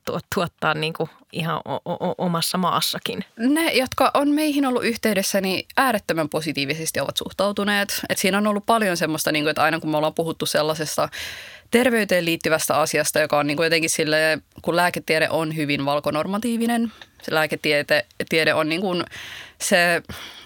tuottaa niin kuin ihan o- o- omassa maassakin? Ne, jotka on meihin ollut yhteydessä, niin äärettömän positiivisesti ovat suhtautuneet. Et siinä on ollut paljon semmoista, niin kuin, että aina kun me ollaan puhuttu sellaisesta terveyteen liittyvästä asiasta, joka on niin kuin jotenkin silleen, kun lääketiede on hyvin valkonormatiivinen, se lääketiede tiede on niin kuin se...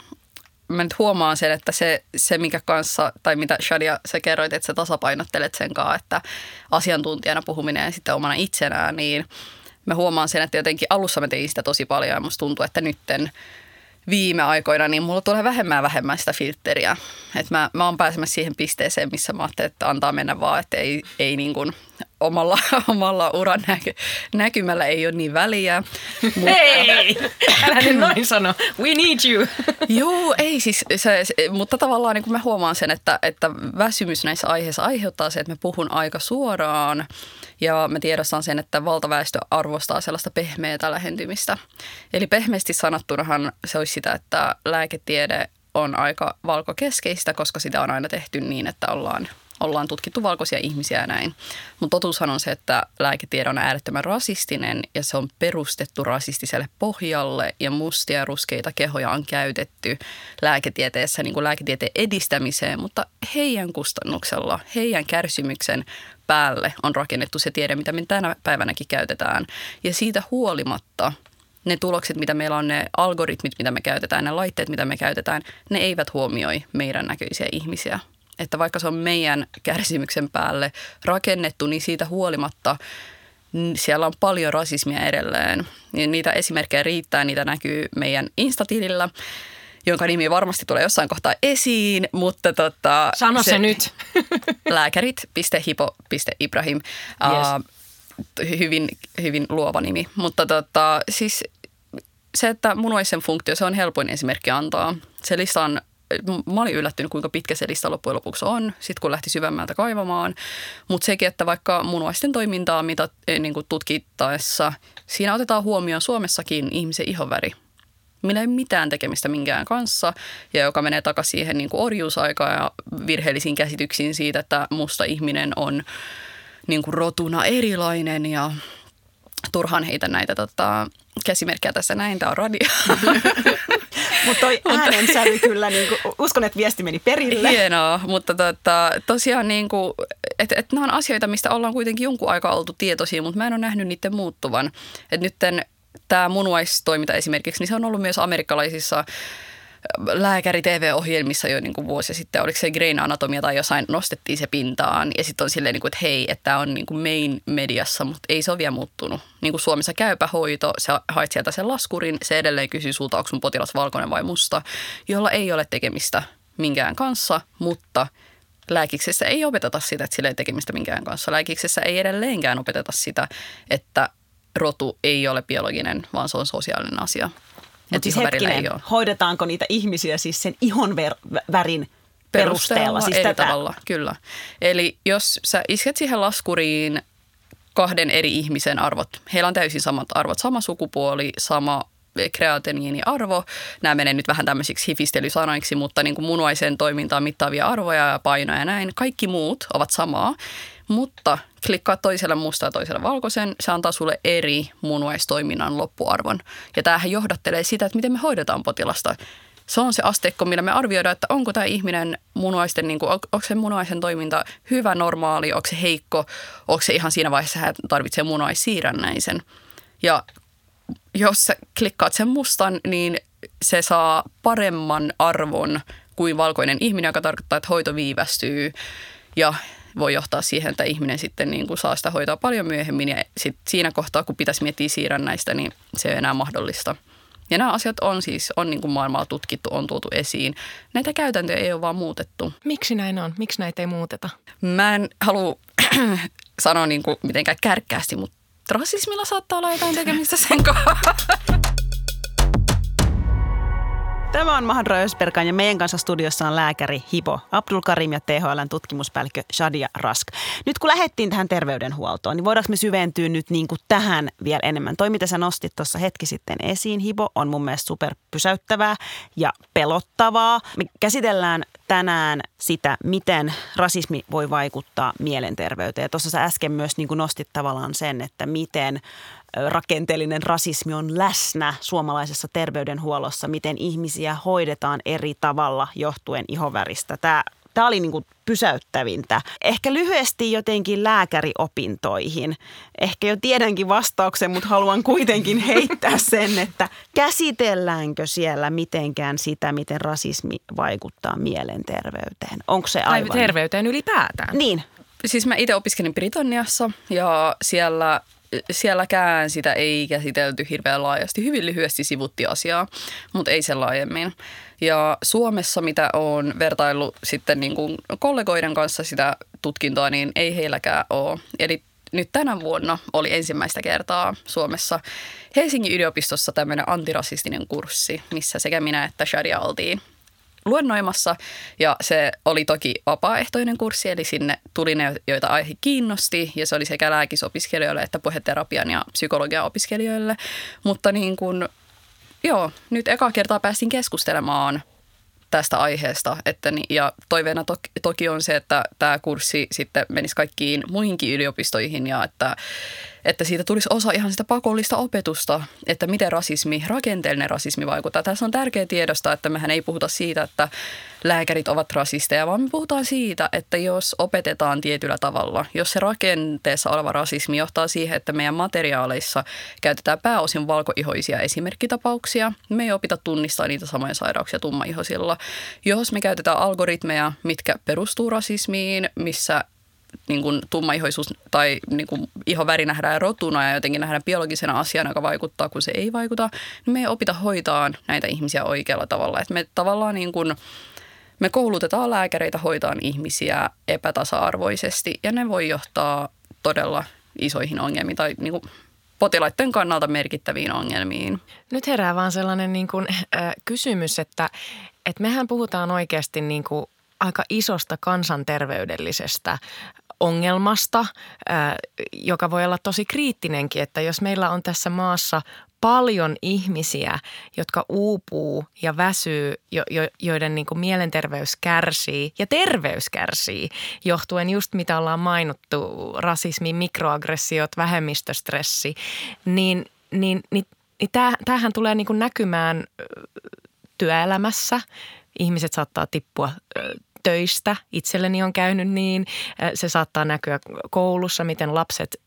Mä nyt huomaan sen, että se, se mikä kanssa, tai mitä Shadia sä kerroit, että sä tasapainottelet sen kanssa, että asiantuntijana puhuminen ja sitten omana itsenään, niin mä huomaan sen, että jotenkin alussa mä tein sitä tosi paljon ja musta tuntuu, että nytten viime aikoina, niin mulla tulee vähemmän ja vähemmän sitä filtteriä. Että mä, mä oon pääsemässä siihen pisteeseen, missä mä ajattelin, että antaa mennä vaan, että ei, ei niin kuin omalla, omalla uran näky, näkymällä ei ole niin väliä. Mutta, hei, älä nyt noin sano. We need you. Joo, ei siis, se, se, mutta tavallaan niin kuin mä huomaan sen, että, että väsymys näissä aiheissa aiheuttaa se, että mä puhun aika suoraan. Ja mä tiedostan sen, että valtaväestö arvostaa sellaista pehmeätä lähentymistä. Eli pehmeästi sanottunahan se olisi sitä, että lääketiede on aika valkokeskeistä, koska sitä on aina tehty niin, että ollaan, ollaan tutkittu valkoisia ihmisiä ja näin. Mutta totuushan on se, että lääketiede on äärettömän rasistinen ja se on perustettu rasistiselle pohjalle ja mustia ja ruskeita kehoja on käytetty lääketieteessä niin kuin lääketieteen edistämiseen, mutta heidän kustannuksella, heidän kärsimyksen päälle on rakennettu se tiede, mitä me tänä päivänäkin käytetään. Ja siitä huolimatta ne tulokset, mitä meillä on, ne algoritmit, mitä me käytetään, ne laitteet, mitä me käytetään, ne eivät huomioi meidän näköisiä ihmisiä. Että vaikka se on meidän kärsimyksen päälle rakennettu, niin siitä huolimatta siellä on paljon rasismia edelleen. Niitä esimerkkejä riittää, niitä näkyy meidän Insta-tilillä, jonka nimi varmasti tulee jossain kohtaa esiin, mutta tota... Sano se, se nyt. lääkärit piste hipo piste ibrahim. Yes. Uh, hyvin, hyvin luova nimi. Mutta tota, siis se, että munuaisen funktio, se on helpoin esimerkki antaa. Se lista on, mä olin yllättynyt, kuinka pitkä se lista loppujen lopuksi on, sitten kun lähti syvemmältä kaivamaan. Mutta sekin, että vaikka munuaisten toimintaa mitä niin kuin tutkittaessa, siinä otetaan huomioon Suomessakin ihmisen ihonväri. Millä ei mitään tekemistä minkään kanssa ja joka menee takaisin siihen niin kuin orjuusaikaan ja virheellisiin käsityksiin siitä, että musta ihminen on niin kuin rotuna erilainen ja turhaan heitä näitä tota, käsimerkkejä tässä näin. Tämä on radio. Mutta toi äänensävy kyllä, niin kuin, uskon, että viesti meni perille. Hienoa, mutta tota, tosiaan niin kuin, että et nämä on asioita, mistä ollaan kuitenkin jonkun aikaa oltu tietoisia, mutta mä en ole nähnyt niiden muuttuvan. Että nytten tämä munuaistoiminta esimerkiksi, niin se on ollut myös amerikkalaisissa lääkäri-T V-ohjelmissa jo niin kuin vuosi sitten. Oliko se Grain Anatomia tai jossain, nostettiin se pintaan. Ja sitten on silleen, niin kuin, että hei, että tämä on niin kuin main mediassa, mutta ei se ole vielä muuttunut. Niin kuin Suomessa käypä hoito, sä hait sieltä sen laskurin, se edelleen kysyy sulta, onko sun potilas valkoinen vai musta, jolla ei ole tekemistä minkään kanssa, mutta lääkiksessä ei opeteta sitä, että sillä ei tekemistä minkään kanssa. Lääkiksessä ei edelleenkään opeteta sitä, että rotu ei ole biologinen, vaan se on sosiaalinen asia. Mutta siis hetkinen, hoidetaanko niitä ihmisiä siis sen ihon ver- värin perusteella? Siis eri tätä. tavalla, kyllä. Eli jos sä isket siihen laskuriin kahden eri ihmisen arvot, heillä on täysin samat arvot, sama sukupuoli, sama kreatiniini-arvo. Nämä menee nyt vähän tämmöisiksi hifistelysanoiksi, mutta niin kuin munuaisen toimintaan mittaavia arvoja ja painoja ja näin. Kaikki muut ovat samaa, mutta klikkaa toiselle musta ja toiselle valkoisen, se antaa sulle eri munuaistoiminnan loppuarvon. Ja tämähän johdattelee sitä, että miten me hoidetaan potilasta. Se on se asteikko, millä me arvioidaan, että onko tämä ihminen munuaisten, niin kuin, onko se munuaisen toiminta hyvä, normaali, onko se heikko, onko se ihan siinä vaiheessa, että hän tarvitsee munuaissiirrännäisen. Ja jos sä klikkaat sen mustan, niin se saa paremman arvon kuin valkoinen ihminen, joka tarkoittaa, että hoito viivästyy ja voi johtaa siihen, että ihminen sitten niin kuin saa sitä hoitoa paljon myöhemmin ja sit siinä kohtaa, kun pitäisi miettiä siirrännäistä, niin se ei ole enää mahdollista. Ja nämä asiat on siis, on niin kuin maailmalla tutkittu, on tuotu esiin. Näitä käytäntöjä ei ole vaan muutettu. Miksi näin on? Miksi näitä ei muuteta? Mä en halua sanoa niin kuin mitenkään kärkkäästi, mutta rasismilla saattaa olla jotain tekemistä sen kanssa. Tämä on Mahadra Özberkan ja meidän kanssa studiossa on lääkäri Hibo Abdulkarim ja T H L:n tutkimuspäällikkö Shadia Rask. Nyt kun lähdettiin tähän terveydenhuoltoon, niin voidaanko me syventyä nyt niin kuin tähän vielä enemmän? Toi, mitä sä nostit tuossa hetki sitten esiin, Hibo, on mun mielestä super pysäyttävää ja pelottavaa. Me käsitellään tänään sitä, miten rasismi voi vaikuttaa mielenterveyteen. Ja tuossa sä äsken myös niin kuin nostit tavallaan sen, että miten rakenteellinen rasismi on läsnä suomalaisessa terveydenhuollossa, miten ihmisiä hoidetaan eri tavalla johtuen ihonväristä. Tämä Tämä oli niin kuin pysäyttävintä. Ehkä lyhyesti jotenkin lääkäriopintoihin. Ehkä jo tiedänkin vastauksen, mutta haluan kuitenkin heittää sen, että käsitelläänkö siellä mitenkään sitä, miten rasismi vaikuttaa mielenterveyteen? Onko se aivan? Tai terveyteen ylipäätään. Niin. Siis mä itse opiskelin Britanniassa ja siellä... Sielläkään sitä ei käsitelty hirveän laajasti. Hyvin lyhyesti sivutti asiaa, mutta ei sen laajemmin. Ja Suomessa, mitä olen vertaillut sitten niin kuin kollegoiden kanssa sitä tutkintoa, niin ei heilläkään ole. Eli nyt tänä vuonna oli ensimmäistä kertaa Suomessa Helsingin yliopistossa tämmöinen antirasistinen kurssi, missä sekä minä että Shadia oltiin luennoimassa, ja se oli toki vapaaehtoinen kurssi, eli sinne tuli ne, joita aihe kiinnosti, ja se oli sekä lääkisopiskelijoille että puheterapian ja psykologian opiskelijoille. Mutta niin kuin, joo, nyt eka kertaa päästiin keskustelemaan tästä aiheesta, että, ja toiveena toki, toki on se, että tämä kurssi sitten menisi kaikkiin muihinkin yliopistoihin, ja että että siitä tulisi osa ihan sitä pakollista opetusta, että miten rasismi, rakenteellinen rasismi vaikuttaa. Tässä on tärkeää tiedostaa, että mehän ei puhuta siitä, että lääkärit ovat rasisteja, vaan me puhutaan siitä, että jos opetetaan tietyllä tavalla, jos se rakenteessa oleva rasismi johtaa siihen, että meidän materiaaleissa käytetään pääosin valkoihoisia esimerkkitapauksia, me ei opita tunnistaa niitä samoja sairauksia tummaihoisilla. Jos me käytetään algoritmeja, mitkä perustuu rasismiin, missä niin kuin tummaihoisuus tai niin kuin ihoväri nähdään rotuna ja jotenkin nähdään biologisena asiana, joka vaikuttaa, kun se ei vaikuta, niin me ei opita hoitaa näitä ihmisiä oikealla tavalla. Et me tavallaan niin kuin, me koulutetaan lääkäreitä hoitaan ihmisiä epätasa-arvoisesti ja ne voi johtaa todella isoihin ongelmiin tai niin kuin potilaiden kannalta merkittäviin ongelmiin. Nyt herää vaan sellainen niin kuin, äh, kysymys, että, että mehän puhutaan oikeasti niin kuin aika isosta kansanterveydellisestä ongelmasta, joka voi olla tosi kriittinenkin, että jos meillä on tässä maassa paljon ihmisiä, jotka uupuu ja väsyy, jo, jo, joiden niin kuin mielenterveys kärsii ja terveys kärsii, johtuen just mitä ollaan mainittu, rasismi, mikroaggressiot, vähemmistöstressi, niin, niin, niin, niin tämähän tulee niin kuin näkymään työelämässä. Ihmiset saattaa tippua töistä. Itselleni on käynyt niin. Se saattaa näkyä koulussa, miten lapset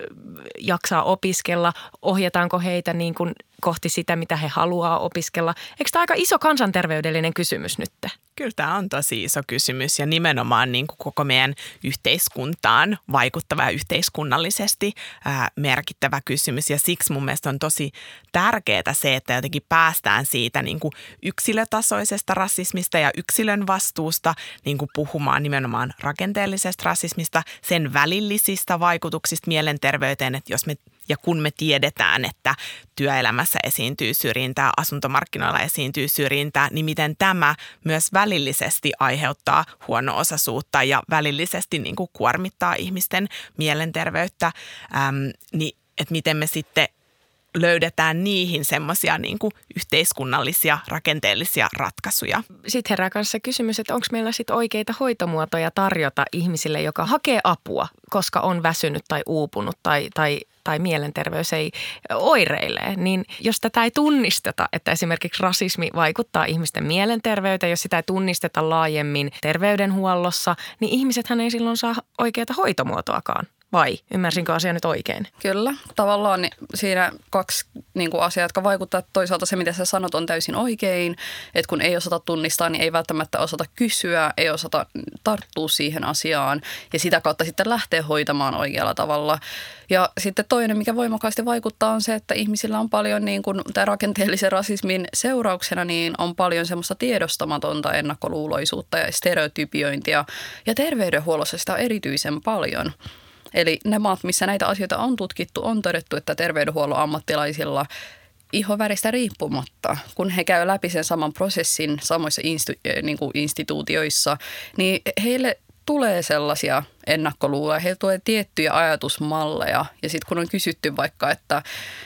jaksaa opiskella. Ohjataanko heitä niin kuin kohti sitä, mitä he haluaa opiskella? Eikö tämä aika iso kansanterveydellinen kysymys nyt? Kyllä tämä on tosi iso kysymys ja nimenomaan niin kuin koko meidän yhteiskuntaan vaikuttava ja yhteiskunnallisesti ää, merkittävä kysymys. Ja siksi mun mielestä on tosi tärkeää se, että jotenkin päästään siitä niin kuin yksilötasoisesta rasismista ja yksilön vastuusta niin kuin puhumaan nimenomaan rakenteellisesta rasismista, sen välillisistä vaikutuksista mielenterveyteen, että jos me ja kun me tiedetään, että työelämässä esiintyy syrjintää, asuntomarkkinoilla esiintyy syrjintää, niin miten tämä myös välillisesti aiheuttaa huono-osaisuutta ja välillisesti niin kuin kuormittaa ihmisten mielenterveyttä, äm, niin että miten me sitten löydetään niihin semmoisia niin kuin yhteiskunnallisia, rakenteellisia ratkaisuja. Sitten herää kanssa kysymys, että onko meillä sitten oikeita hoitomuotoja tarjota ihmisille, joka hakee apua, koska on väsynyt tai uupunut tai, tai, tai mielenterveys ei oireilee. Niin jos tätä ei tunnisteta, että esimerkiksi rasismi vaikuttaa ihmisten mielenterveyteen, jos sitä ei tunnisteta laajemmin terveydenhuollossa, niin ihmisethän ei silloin saa oikeata hoitomuotoakaan. Vai ymmärsinkö asia nyt oikein? Kyllä. Tavallaan siinä kaksi niin kuin asiaa, jotka vaikuttaa. Toisaalta se, mitä sä sanot, on täysin oikein. Että kun ei osata tunnistaa, niin ei välttämättä osata kysyä, ei osata tarttua siihen asiaan. Ja sitä kautta sitten lähtee hoitamaan oikealla tavalla. Ja sitten toinen, mikä voimakkaasti vaikuttaa, on se, että ihmisillä on paljon niin kuin tämän rakenteellisen rasismin seurauksena, niin on paljon semmoista tiedostamatonta ennakkoluuloisuutta ja stereotypiointia. Ja terveydenhuollossa sitä on erityisen paljon. Eli ne maat, missä näitä asioita on tutkittu, on todettu, että terveydenhuollon ammattilaisilla ihonväristä riippumatta, kun he käy läpi sen saman prosessin samoissa instu- niin kuin instituutioissa, niin heille tulee sellaisia ennakkoluuloja, heille tulee tiettyjä ajatusmalleja. Ja sitten kun on kysytty vaikka, että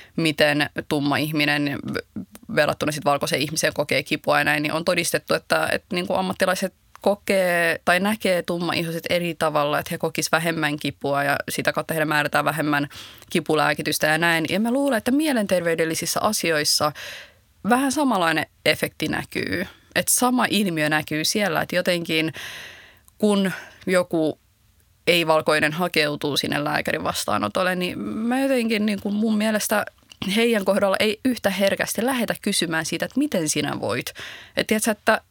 miten tumma ihminen verrattuna sitten valkoiseen ihmiseen kokee kipua ja näin, niin on todistettu, että, että niin kuin ammattilaiset kokee tai näkee tummaihoiset eri tavalla, että he kokis vähemmän kipua ja sitä kautta heille määrätään vähemmän kipulääkitystä ja näin. Ja mä luulen, että mielenterveydellisissä asioissa vähän samanlainen efekti näkyy. Että sama ilmiö näkyy siellä, että jotenkin kun joku ei-valkoinen hakeutuu sinne lääkärin vastaanotolle, niin mä jotenkin niin kuin mun mielestä heidän kohdalla ei yhtä herkästi lähetä kysymään siitä, että miten sinä voit. Että tiedätkö, että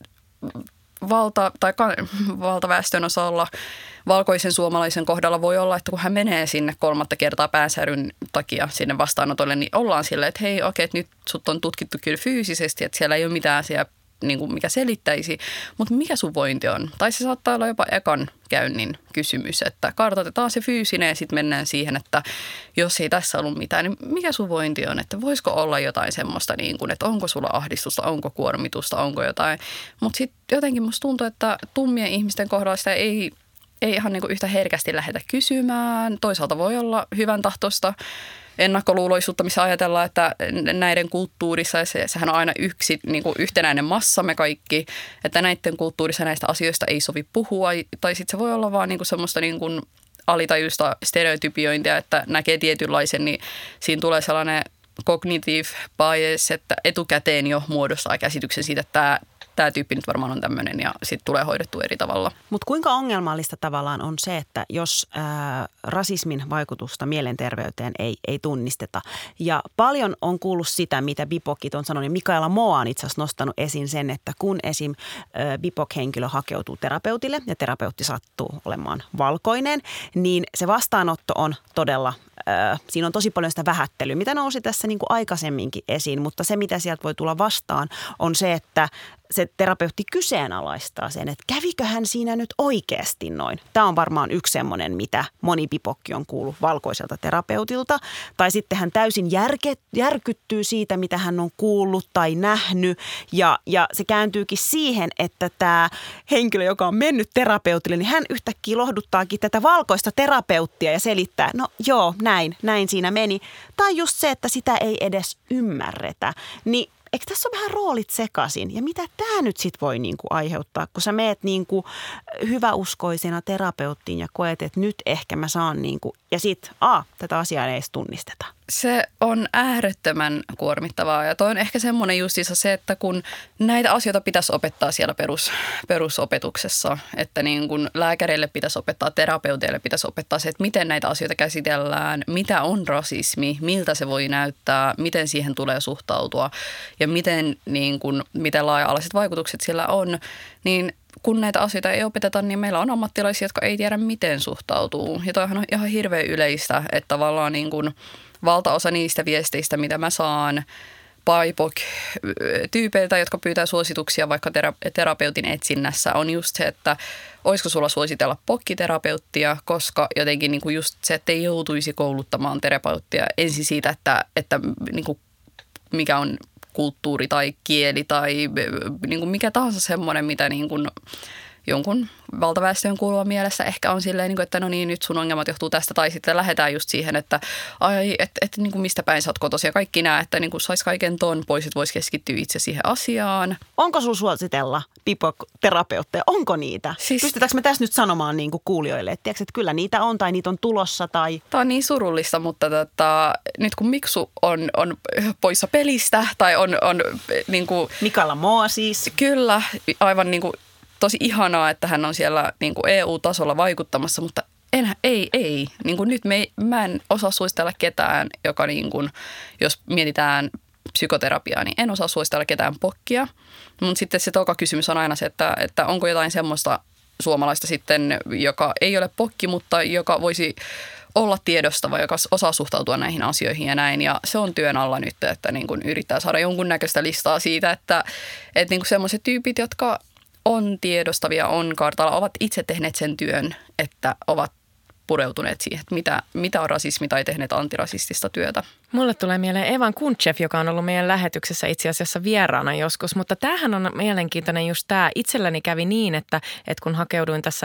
valta, tai valtaväestön osalla valkoisen suomalaisen kohdalla voi olla, että kun hän menee sinne kolmatta kertaa päänsäryn takia sinne vastaanotolle, niin ollaan silleen, että hei okei, että nyt sut on tutkittu kyllä fyysisesti, että siellä ei ole mitään siellä, niin kuin mikä selittäisi, mutta mikä sun vointi on? Tai se saattaa olla jopa ekan käynnin kysymys, että kartoitetaan se fyysinen ja sitten mennään siihen, että jos ei tässä ollut mitään, niin mikä sun vointi on? Että voisiko olla jotain semmoista, niin kuin, että onko sulla ahdistusta, onko kuormitusta, onko jotain. Mutta sitten jotenkin musta tuntuu, että tummien ihmisten kohdalla sitä ei, ei ihan niin kuin yhtä herkästi lähdetä kysymään. Toisaalta voi olla hyvän tahtoista ennakkoluuloisuutta, missä ajatellaan, että näiden kulttuurissa, se, sehän on aina yksi niin kuin yhtenäinen massa me kaikki, että näiden kulttuurissa näistä asioista ei sovi puhua, tai sitten se voi olla vaan niin kuin semmoista niin kuin alitajuista stereotypiointia, että näkee tietynlaisen, niin siinä tulee sellainen cognitive bias, että etukäteen jo muodostaa käsityksen siitä, että tämä Tämä tyyppi nyt varmaan on tämmöinen ja sitten tulee hoidettu eri tavalla. Mutta kuinka ongelmallista tavallaan on se, että jos ää, rasismin vaikutusta mielenterveyteen ei, ei tunnisteta. Ja paljon on kuullut sitä, mitä B I P O Kit on sanonut. Ja Mikaela Moa on itse asiassa nostanut esiin sen, että kun esim. ää, B I P O K-henkilö hakeutuu terapeutille ja terapeutti sattuu olemaan valkoinen, niin se vastaanotto on todella, ää, siinä on tosi paljon sitä vähättelyä, mitä nousi tässä niin kuin aikaisemminkin esiin. Mutta se, mitä sieltä voi tulla vastaan, on se, että se terapeutti kyseenalaistaa sen, että käviköhän siinä nyt oikeasti noin. Tämä on varmaan yksi semmoinen, mitä moni pipokki on kuullut valkoiselta terapeutilta. Tai sitten hän täysin järke, järkyttyy siitä, mitä hän on kuullut tai nähnyt. Ja, ja se kääntyykin siihen, että tämä henkilö, joka on mennyt terapeutille, niin hän yhtäkkiä lohduttaakin tätä valkoista terapeuttia ja selittää, no joo, näin, näin siinä meni. Tai just se, että sitä ei edes ymmärretä. Niin eikö tässä ole vähän roolit sekaisin? Ja mitä tämä nyt sitten voi niinku aiheuttaa, kun sä meet niinku hyväuskoisena terapeuttiin ja koet, että nyt ehkä mä saan niinku, ja sitten a, tätä asiaa ei edes tunnisteta. Se on äärettömän kuormittavaa ja toi on ehkä semmoinen justiinsa se, että kun näitä asioita pitäisi opettaa siellä perus, perusopetuksessa, että niin kun lääkäreille pitäisi opettaa, terapeuteille pitäisi opettaa se, että miten näitä asioita käsitellään, mitä on rasismi, miltä se voi näyttää, miten siihen tulee suhtautua ja miten, niin kun, miten laaja-alaiset vaikutukset sillä on, niin kun näitä asioita ei opeteta, niin meillä on ammattilaisia, jotka ei tiedä, miten suhtautuu. Ja toihan on ihan hirveän yleistä, että tavallaan niin kuin valtaosa niistä viesteistä, mitä mä saan B I P O K-tyypeiltä, jotka pyytää suosituksia vaikka tera- terapeutin etsinnässä, on just se, että olisiko sulla suositella pokkiterapeuttia, koska jotenkin niin kuin just se, että ei joutuisi kouluttamaan terapeuttia ensin siitä, että, että niin kuin mikä on kulttuuri tai kieli tai niin kuin mikä tahansa semmoinen, mitä niin kuin jonkun valtaväestöön kuuluva mielessä ehkä on silleen, että no niin, nyt sun ongelmat johtuu tästä. Tai sitten lähdetään just siihen, että ai, että et, niin kuin mistä päin sä oot kotoisin. Ja kaikki nämä, että niin kuin sais kaiken ton pois, että voisi keskittyä itse siihen asiaan. Onko sun suositella B I P O K-terapeutteja? Onko niitä? Siis, pystytäänkö me tässä nyt sanomaan niin kuin kuulijoille, että, tiedätkö, että kyllä niitä on tai niitä on tulossa? Tai tämä on niin surullista, mutta tota, nyt kun Miksu on, on poissa pelistä tai on, on niin kuin Mikaela Moa siis. Kyllä, aivan niin kuin tosi ihanaa, että hän on siellä niin kuin E U-tasolla vaikuttamassa, mutta en, ei, ei. Niin kuin nyt me, mä en osaa suositella ketään, joka niin kuin, jos mietitään psykoterapiaa, niin en osaa suositella ketään pokkia. Mutta sitten se toka kysymys on aina se, että, että onko jotain semmoista suomalaista sitten, joka ei ole pokki, mutta joka voisi olla tiedostava, joka osaa suhtautua näihin asioihin ja näin. Ja se on työn alla nyt, että niin kuin yrittää saada jonkunnäköistä listaa siitä, että, että niin kuin semmoiset tyypit, jotka on tiedostavia, on kartalla, ovat itse tehneet sen työn, että ovat pureutuneet siihen, että mitä, mitä on rasismi tai tehneet antirasistista työtä. Mulle tulee mieleen Evan Kuntsev, joka on ollut meidän lähetyksessä itse asiassa vieraana joskus, mutta tämähän on mielenkiintoinen just tämä. Itselläni kävi niin, että, että kun hakeuduin tässä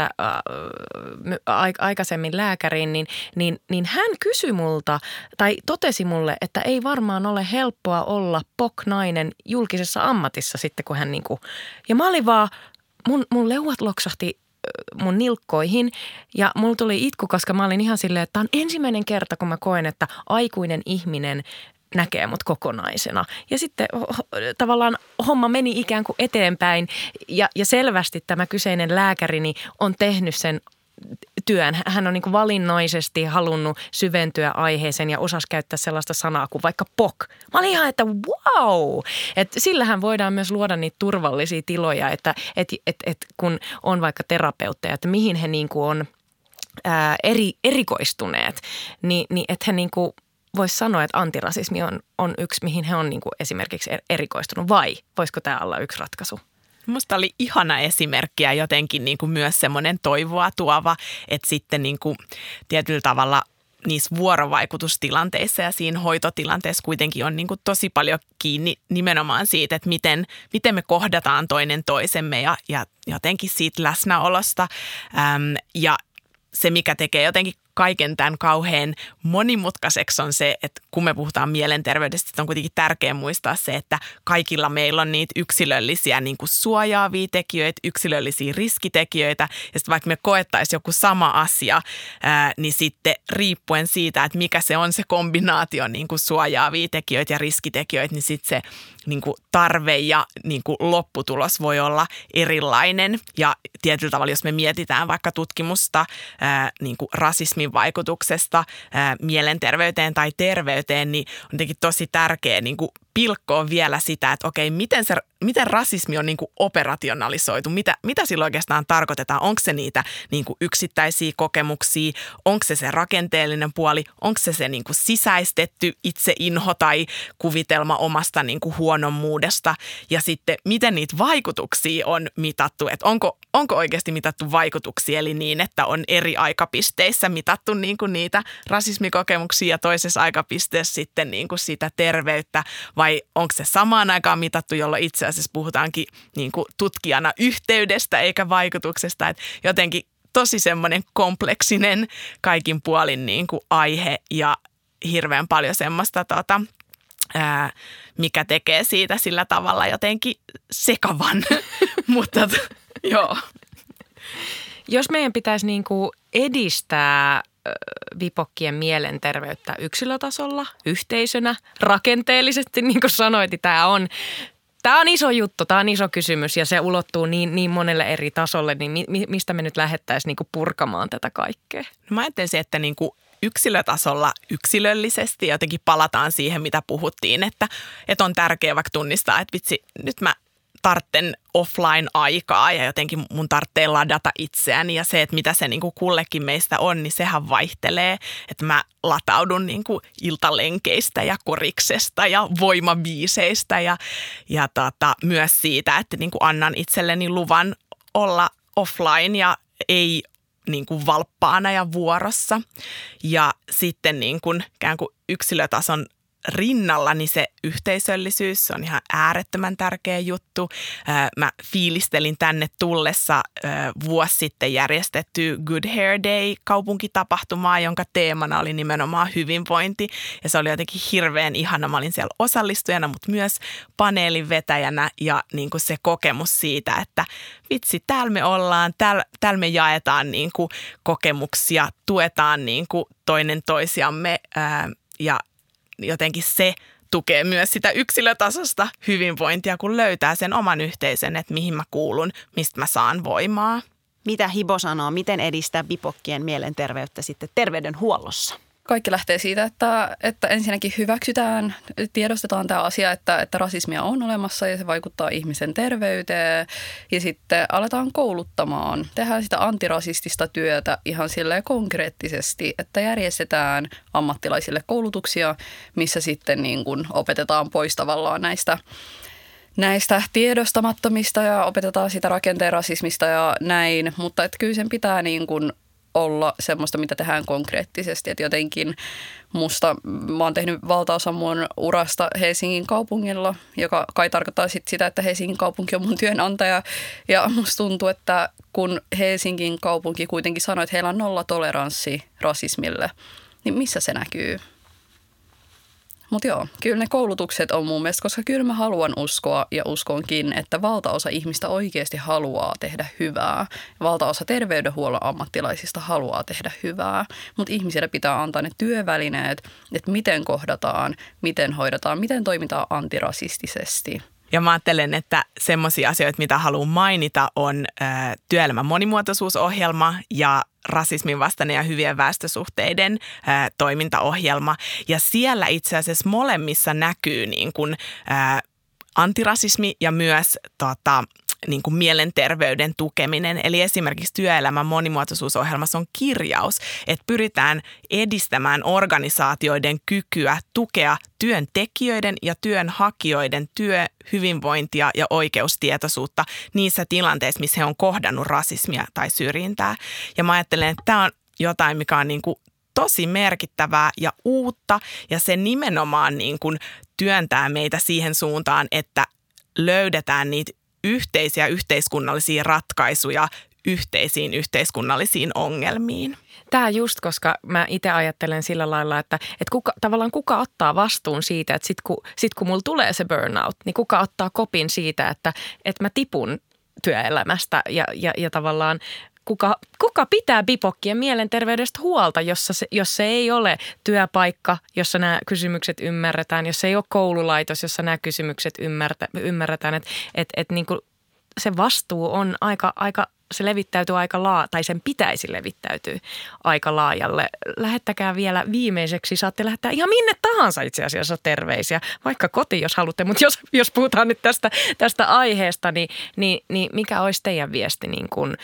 äh, aikaisemmin lääkäriin, niin, niin, niin hän kysyi multa tai totesi mulle, että ei varmaan ole helppoa olla P O C-nainen julkisessa ammatissa sitten, kun hän niinku, ja mä olin vaan, mun, mun leuat loksahti mun nilkkoihin ja mulla tuli itku, koska mä olin ihan silleen, että tämä on ensimmäinen kerta, kun mä koen, että aikuinen ihminen näkee mut kokonaisena. Ja sitten tavallaan homma meni ikään kuin eteenpäin ja, ja selvästi tämä kyseinen lääkärini on tehnyt sen työn. Hän on niin kuin valinnoisesti halunnut syventyä aiheeseen ja osasi käyttää sellaista sanaa kuin vaikka P O C. Mä olin ihan, että wow! Että sillähän voidaan myös luoda niitä turvallisia tiloja, että et, et, et kun on vaikka terapeutteja, että mihin he niin kuin on ää, eri, erikoistuneet, niin, niin että he niin kuin voisi sanoa, että antirasismi on, on yksi, mihin he on niin kuin esimerkiksi erikoistunut, vai voisiko tämä olla yksi ratkaisu? Musta oli ihana esimerkki ja jotenkin niin kuin myös semmoinen toivoa tuova, että sitten niin kuin tietyllä tavalla niissä vuorovaikutustilanteissa ja siinä hoitotilanteessa kuitenkin on niin kuin tosi paljon kiinni nimenomaan siitä, että miten, miten me kohdataan toinen toisemme ja, ja jotenkin siitä läsnäolosta äm, ja se, mikä tekee jotenkin kaiken tämän kauhean monimutkaiseksi on se, että kun me puhutaan mielenterveydestä, on kuitenkin tärkeää muistaa se, että kaikilla meillä on niitä yksilöllisiä niin kuin suojaavia tekijöitä, yksilöllisiä riskitekijöitä. Ja sitten vaikka me koettaisiin joku sama asia, ää, niin sitten riippuen siitä, että mikä se on se kombinaatio niin kuin suojaavia tekijöitä ja riskitekijöitä, niin sitten se niin kuin tarve ja niin kuin lopputulos voi olla erilainen. Ja tietyllä tavalla, jos me mietitään vaikka tutkimusta ää, niin kuin rasismin vaikutuksesta ää, mielenterveyteen tai terveyteen, niin on jotenkin tosi tärkeää niin kuin pilkkoa vielä sitä, että okei, miten, se, miten rasismi on niin kuin operationalisoitu, mitä, mitä sillä oikeastaan tarkoitetaan, onko se niitä niin kuin yksittäisiä kokemuksia, onko se se rakenteellinen puoli, onko se se niin kuin sisäistetty itseinho tai kuvitelma omasta niin kuin huonommuudesta ja sitten miten niitä vaikutuksia on mitattu, että onko, onko oikeasti mitattu vaikutuksia, eli niin, että on eri aikapisteissä mitattu niin kuin niitä rasismikokemuksia ja toisessa aikapisteessä sitten niin kuin sitä terveyttä, vai onko se samaan aikaan mitattu, jolloin itse asiassa puhutaankin niin kuin tutkijana yhteydestä eikä vaikutuksesta. Et jotenkin tosi semmoinen kompleksinen kaikin puolin niin kuin aihe ja hirveän paljon semmoista, tota, ää, mikä tekee siitä sillä tavalla jotenkin sekavan. Mutta joo. Jos meidän pitäisi niin kuin edistää vipokkien mielenterveyttä yksilötasolla, yhteisönä, rakenteellisesti, niin kuin sanoit, tämä on, tämä on iso juttu, tämä on iso kysymys ja se ulottuu niin, niin monelle eri tasolle, niin mi, mistä me nyt lähdettäisiin niin kuin purkamaan tätä kaikkea? No mä ajattelisin, että niin kuin yksilötasolla yksilöllisesti jotenkin palataan siihen, mitä puhuttiin, että, että on tärkeää vaikka tunnistaa, että vitsi, nyt mä tartten offline-aikaa ja jotenkin mun tarvitsee ladata itseäni ja se, että mitä se niin kuin kullekin meistä on, niin sehän vaihtelee, että mä lataudun niin kuin iltalenkeistä ja koriksesta ja voimabiiseistä ja, ja tota, myös siitä, että niin kuin annan itselleni luvan olla offline ja ei niin kuin valppaana ja vuorossa ja sitten niin kuin ikään kuin yksilötason rinnalla, niin se yhteisöllisyys, se on ihan äärettömän tärkeä juttu. Mä fiilistelin tänne tullessa vuosi sitten järjestetty Good Hair Day -kaupunkitapahtumaa, jonka teemana oli nimenomaan hyvinvointi. Ja se oli jotenkin hirveän ihana. Mä olin siellä osallistujana, mutta myös paneelin vetäjänä ja niin kuin se kokemus siitä, että vitsi, täällä me ollaan, täällä, täällä me jaetaan niin kuin kokemuksia, tuetaan niin kuin toinen toisiamme ää, ja jotenkin se tukee myös sitä yksilötasosta hyvinvointia, kun löytää sen oman yhteisön, että mihin mä kuulun, mistä mä saan voimaa. Mitä Hibo sanoo, miten edistää bipokkien mielenterveyttä sitten terveydenhuollossa? Kaikki lähtee siitä, että, että ensinnäkin hyväksytään, tiedostetaan tämä asia, että, että rasismia on olemassa ja se vaikuttaa ihmisen terveyteen. Ja sitten aletaan kouluttamaan, tehdään sitä antirasistista työtä ihan silleen konkreettisesti, että järjestetään ammattilaisille koulutuksia, missä sitten niin kuin opetetaan pois tavallaan näistä näistä tiedostamattomista ja opetetaan sitä rakenteen rasismista ja näin, mutta että kyllä sen pitää niin kuin olla semmoista, mitä tehdään konkreettisesti. Että jotenkin musta, mä oon tehnyt valtaosan mun urasta Helsingin kaupungilla, joka kai tarkoittaa sit sitä, että Helsingin kaupunki on mun työnantaja. Ja musta tuntuu, että kun Helsingin kaupunki kuitenkin sanoi, että heillä on nolla toleranssi rasismille, niin missä se näkyy? Mutta joo, kyllä ne koulutukset on mun mielestä, koska kyllä mä haluan uskoa ja uskonkin, että valtaosa ihmistä oikeasti haluaa tehdä hyvää. Valtaosa terveydenhuollon ammattilaisista haluaa tehdä hyvää, mutta ihmisille pitää antaa ne työvälineet, että miten kohdataan, miten hoidetaan, miten toimitaan antirasistisesti. Ja mä ajattelen, että semmoisia asioita, mitä haluan mainita, on ö, työelämän monimuotoisuusohjelma ja rasismin vastainen ja hyvien väestösuhteiden ö, toimintaohjelma. Ja siellä itse asiassa molemmissa näkyy niin kuin, ö, antirasismi ja myös tota, niin kuin mielenterveyden tukeminen. Eli esimerkiksi työelämän monimuotoisuusohjelmassa on kirjaus, että pyritään edistämään organisaatioiden kykyä tukea työntekijöiden ja työnhakijoiden työhyvinvointia ja oikeustietoisuutta niissä tilanteissa, missä he on kohdannut rasismia tai syrjintää. Ja mä ajattelen, että tämä on jotain, mikä on niin kuin tosi merkittävää ja uutta, ja se nimenomaan niin kuin työntää meitä siihen suuntaan, että löydetään niitä yhteisiä yhteiskunnallisia ratkaisuja yhteisiin yhteiskunnallisiin ongelmiin. Tämä just, koska mä itse ajattelen sillä lailla, että, että kuka, tavallaan kuka ottaa vastuun siitä, että sit kun, sit kun mulla tulee se burnout, niin kuka ottaa kopin siitä, että, että mä tipun työelämästä ja, ja, ja tavallaan kuka, kuka pitää bipokkien mielenterveydestä huolta, jossa se, jos se ei ole työpaikka, jossa nämä kysymykset ymmärretään, jos se ei ole koululaitos, jossa nämä kysymykset ymmärtä, ymmärretään, että et, et niin kuin se vastuu on aika, aika, se levittäytyy aika laa, tai sen pitäisi levittäytyä aika laajalle. Lähettäkää vielä viimeiseksi, saatte lähettää ihan minne tahansa itse asiassa terveisiä, vaikka kotiin, jos haluatte, mutta jos, jos puhutaan nyt tästä, tästä aiheesta, niin, niin, niin mikä olisi teidän viesti niin kuin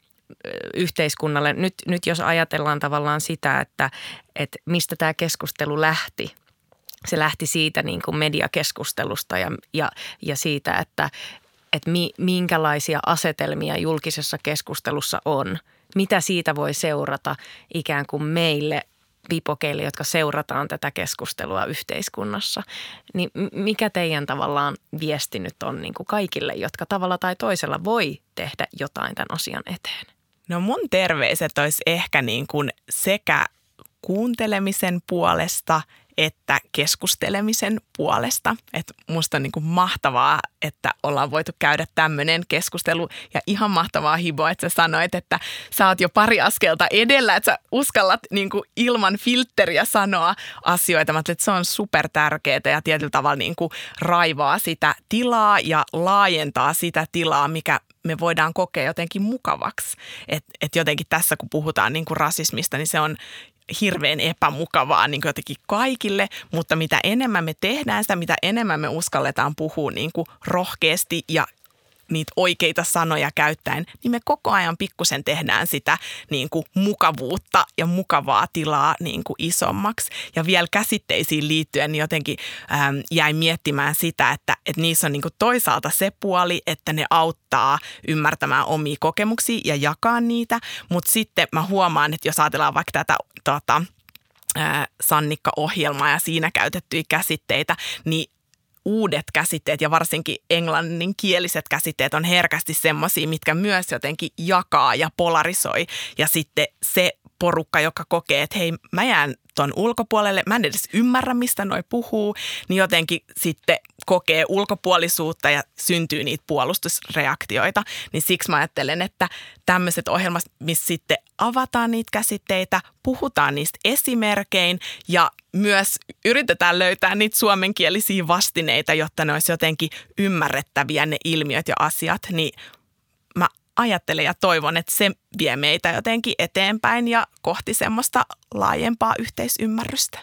yhteiskunnalle? Nyt, nyt jos ajatellaan tavallaan sitä, että, että mistä tämä keskustelu lähti, se lähti siitä niin kuin mediakeskustelusta ja, ja, ja siitä, että että mi, minkälaisia asetelmia julkisessa keskustelussa on, mitä siitä voi seurata ikään kuin meille bipokeille, jotka seurataan tätä keskustelua yhteiskunnassa. Niin mikä teidän tavallaan viesti nyt on niin kuin kaikille, jotka tavalla tai toisella voi tehdä jotain tämän asian eteen? No mun terveiset olisi ehkä niin kuin sekä kuuntelemisen puolesta että keskustelemisen puolesta. Että musta on niin kuin mahtavaa, että ollaan voitu käydä tämmöinen keskustelu. Ja ihan mahtavaa, Hibo, että sä sanoit, että sä oot jo pari askelta edellä, että sä uskallat niin kuin ilman filtteriä sanoa asioita. Mä ajattelin, että se on super tärkeää ja tietyllä tavalla niin kuin raivaa sitä tilaa ja laajentaa sitä tilaa, mikä me voidaan kokea jotenkin mukavaksi. Että et jotenkin tässä, kun puhutaan niin kuin rasismista, niin se on hirveän epämukavaa niin kuin jotenkin kaikille, mutta mitä enemmän me tehdään sitä, mitä enemmän me uskalletaan puhua niin kuin rohkeasti ja niitä oikeita sanoja käyttäen, niin me koko ajan pikkusen tehdään sitä niin kuin mukavuutta ja mukavaa tilaa niin kuin isommaksi. Ja vielä käsitteisiin liittyen niin jotenkin äm, jäin miettimään sitä, että, että niissä on niin kuin toisaalta se puoli, että ne auttaa ymmärtämään omia kokemuksia ja jakaa niitä, mutta sitten mä huomaan, että jos ajatellaan vaikka tätä tota, ää, Sannikka-ohjelmaa ja siinä käytettyjä käsitteitä, niin uudet käsitteet ja varsinkin englanninkieliset käsitteet on herkästi semmoisia, mitkä myös jotenkin jakaa ja polarisoi. Ja sitten se porukka, joka kokee, että hei, mä jään ton ulkopuolelle, mä en edes ymmärrä, mistä noi puhuu, niin jotenkin sitten kokee ulkopuolisuutta ja syntyy niitä puolustusreaktioita. Niin siksi mä ajattelen, että tämmöiset ohjelmat, missä sitten avataan niitä käsitteitä, puhutaan niistä esimerkein ja myös yritetään löytää niitä suomenkielisiä vastineita, jotta ne olisi jotenkin ymmärrettäviä ne ilmiöt ja asiat, niin mä ajattelen ja toivon, että se vie meitä jotenkin eteenpäin ja kohti semmoista laajempaa yhteisymmärrystä.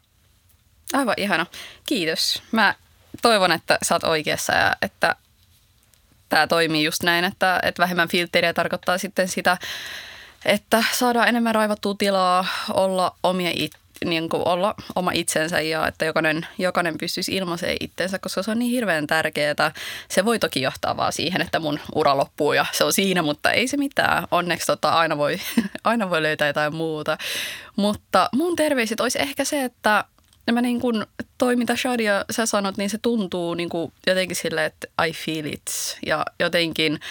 Aivan ihana. Kiitos. Mä toivon, että sä oot oikeassa ja että tämä toimii just näin, että, että vähemmän filtteriä tarkoittaa sitten sitä, että saadaan enemmän raivattua tilaa olla omia itse. Niin kuin olla oma itsensä ja että jokainen, jokainen pystyisi ilmaisemaan itsensä, koska se on niin hirveän tärkeää. Se voi toki johtaa vaan siihen, että mun ura loppuu ja se on siinä, mutta ei se mitään. Onneksi tota, aina, voi, aina voi löytää jotain muuta. Mutta mun terveiset olisi ehkä se, että mä niin kuin toi, mitä Shadia sä sanot, niin se tuntuu niin kuin jotenkin silleen, että I feel it. Ja jotenkin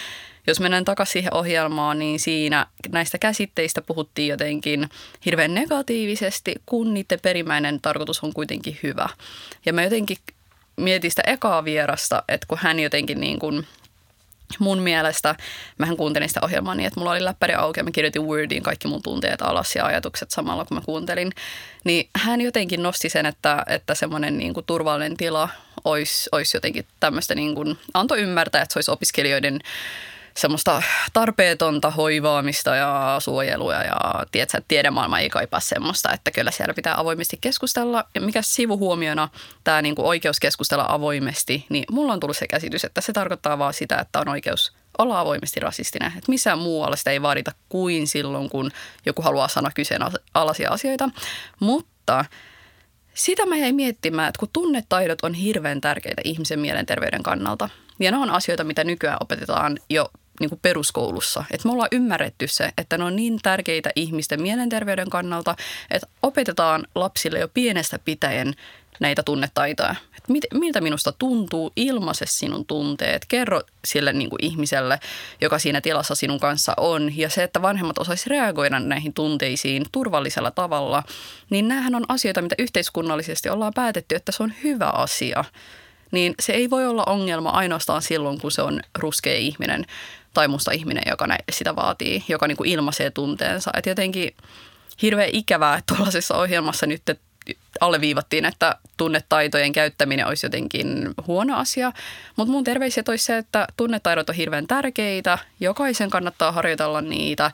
jos mennään takaisin siihen ohjelmaan, niin siinä näistä käsitteistä puhuttiin jotenkin hirveän negatiivisesti, kun niiden perimmäinen tarkoitus on kuitenkin hyvä. Ja mä jotenkin mietin sitä ekaa vierasta, että kun hän jotenkin niin kuin mun mielestä, mähän kuuntelin sitä ohjelmaa niin, että mulla oli läppäri auki ja mä kirjoitin Wordiin kaikki mun tunteet alas ja ajatukset samalla, kun mä kuuntelin. Niin hän jotenkin nosti sen, että, että semmoinen niin kuin turvallinen tila olisi, olisi jotenkin tämmöistä, niin kuin, antoi ymmärtää, että se olisi opiskelijoiden semmoista tarpeetonta hoivaamista ja suojelua ja tiedätkö, että tiedemaailma ei kaipaa semmoista, että kyllä siellä pitää avoimesti keskustella. Ja mikä sivuhuomiona tämä niin kuin oikeus keskustella avoimesti, niin mulla on tullut se käsitys, että se tarkoittaa vaan sitä, että on oikeus olla avoimesti rasistinen. Että missään muualla sitä ei vaadita kuin silloin, kun joku haluaa sanoa kyseenalaisia asioita. Mutta sitä mä jäin miettimään, että kun tunnetaidot on hirveän tärkeitä ihmisen mielenterveyden kannalta. Ja ne on asioita, mitä nykyään opetetaan jo niin kuin peruskoulussa. Että me ollaan ymmärretty se, että ne on niin tärkeitä ihmisten mielenterveyden kannalta, että opetetaan lapsille jo pienestä pitäen näitä tunnetaitoja. Että mit, miltä minusta tuntuu, ilmaise sinun tunteet, kerro sille niin kuin ihmiselle, joka siinä tilassa sinun kanssa on. Ja se, että vanhemmat osaisi reagoida näihin tunteisiin turvallisella tavalla, niin näähän on asioita, mitä yhteiskunnallisesti ollaan päätetty, että se on hyvä asia. Niin se ei voi olla ongelma ainoastaan silloin, kun se on ruskea ihminen tai musta ihminen, joka sitä vaatii, joka niin kuin ilmaisee tunteensa. Et jotenkin hirveän ikävää, että tuollaisessa ohjelmassa nyt alleviivattiin, että tunnetaitojen käyttäminen olisi jotenkin huono asia. Mutta mun terveiset olisi se, että tunnetaidot on hirveän tärkeitä, jokaisen kannattaa harjoitella niitä.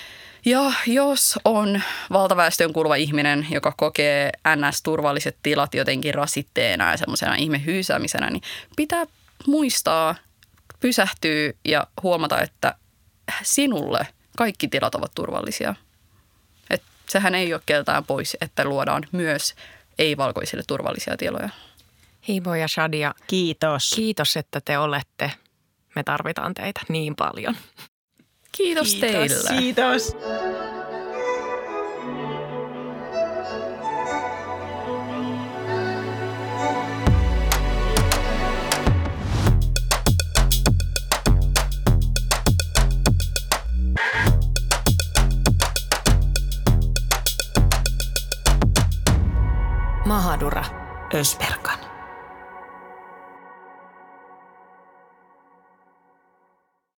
Ja jos on valtaväestöön kuuluva ihminen, joka kokee N S-turvalliset tilat jotenkin rasitteena ja semmoisena ihmehyysämisenä, niin pitää muistaa, pysähtyä ja huomata, että sinulle kaikki tilat ovat turvallisia. Et sehän ei ole keltään pois, että luodaan myös ei-valkoisille turvallisia tiloja. Hibo ja Shadia. Kiitos. Kiitos, että te olette. Me tarvitaan teitä niin paljon. Kiitos, Kiitos teille. Kiitos. Mahadura Ösberkan.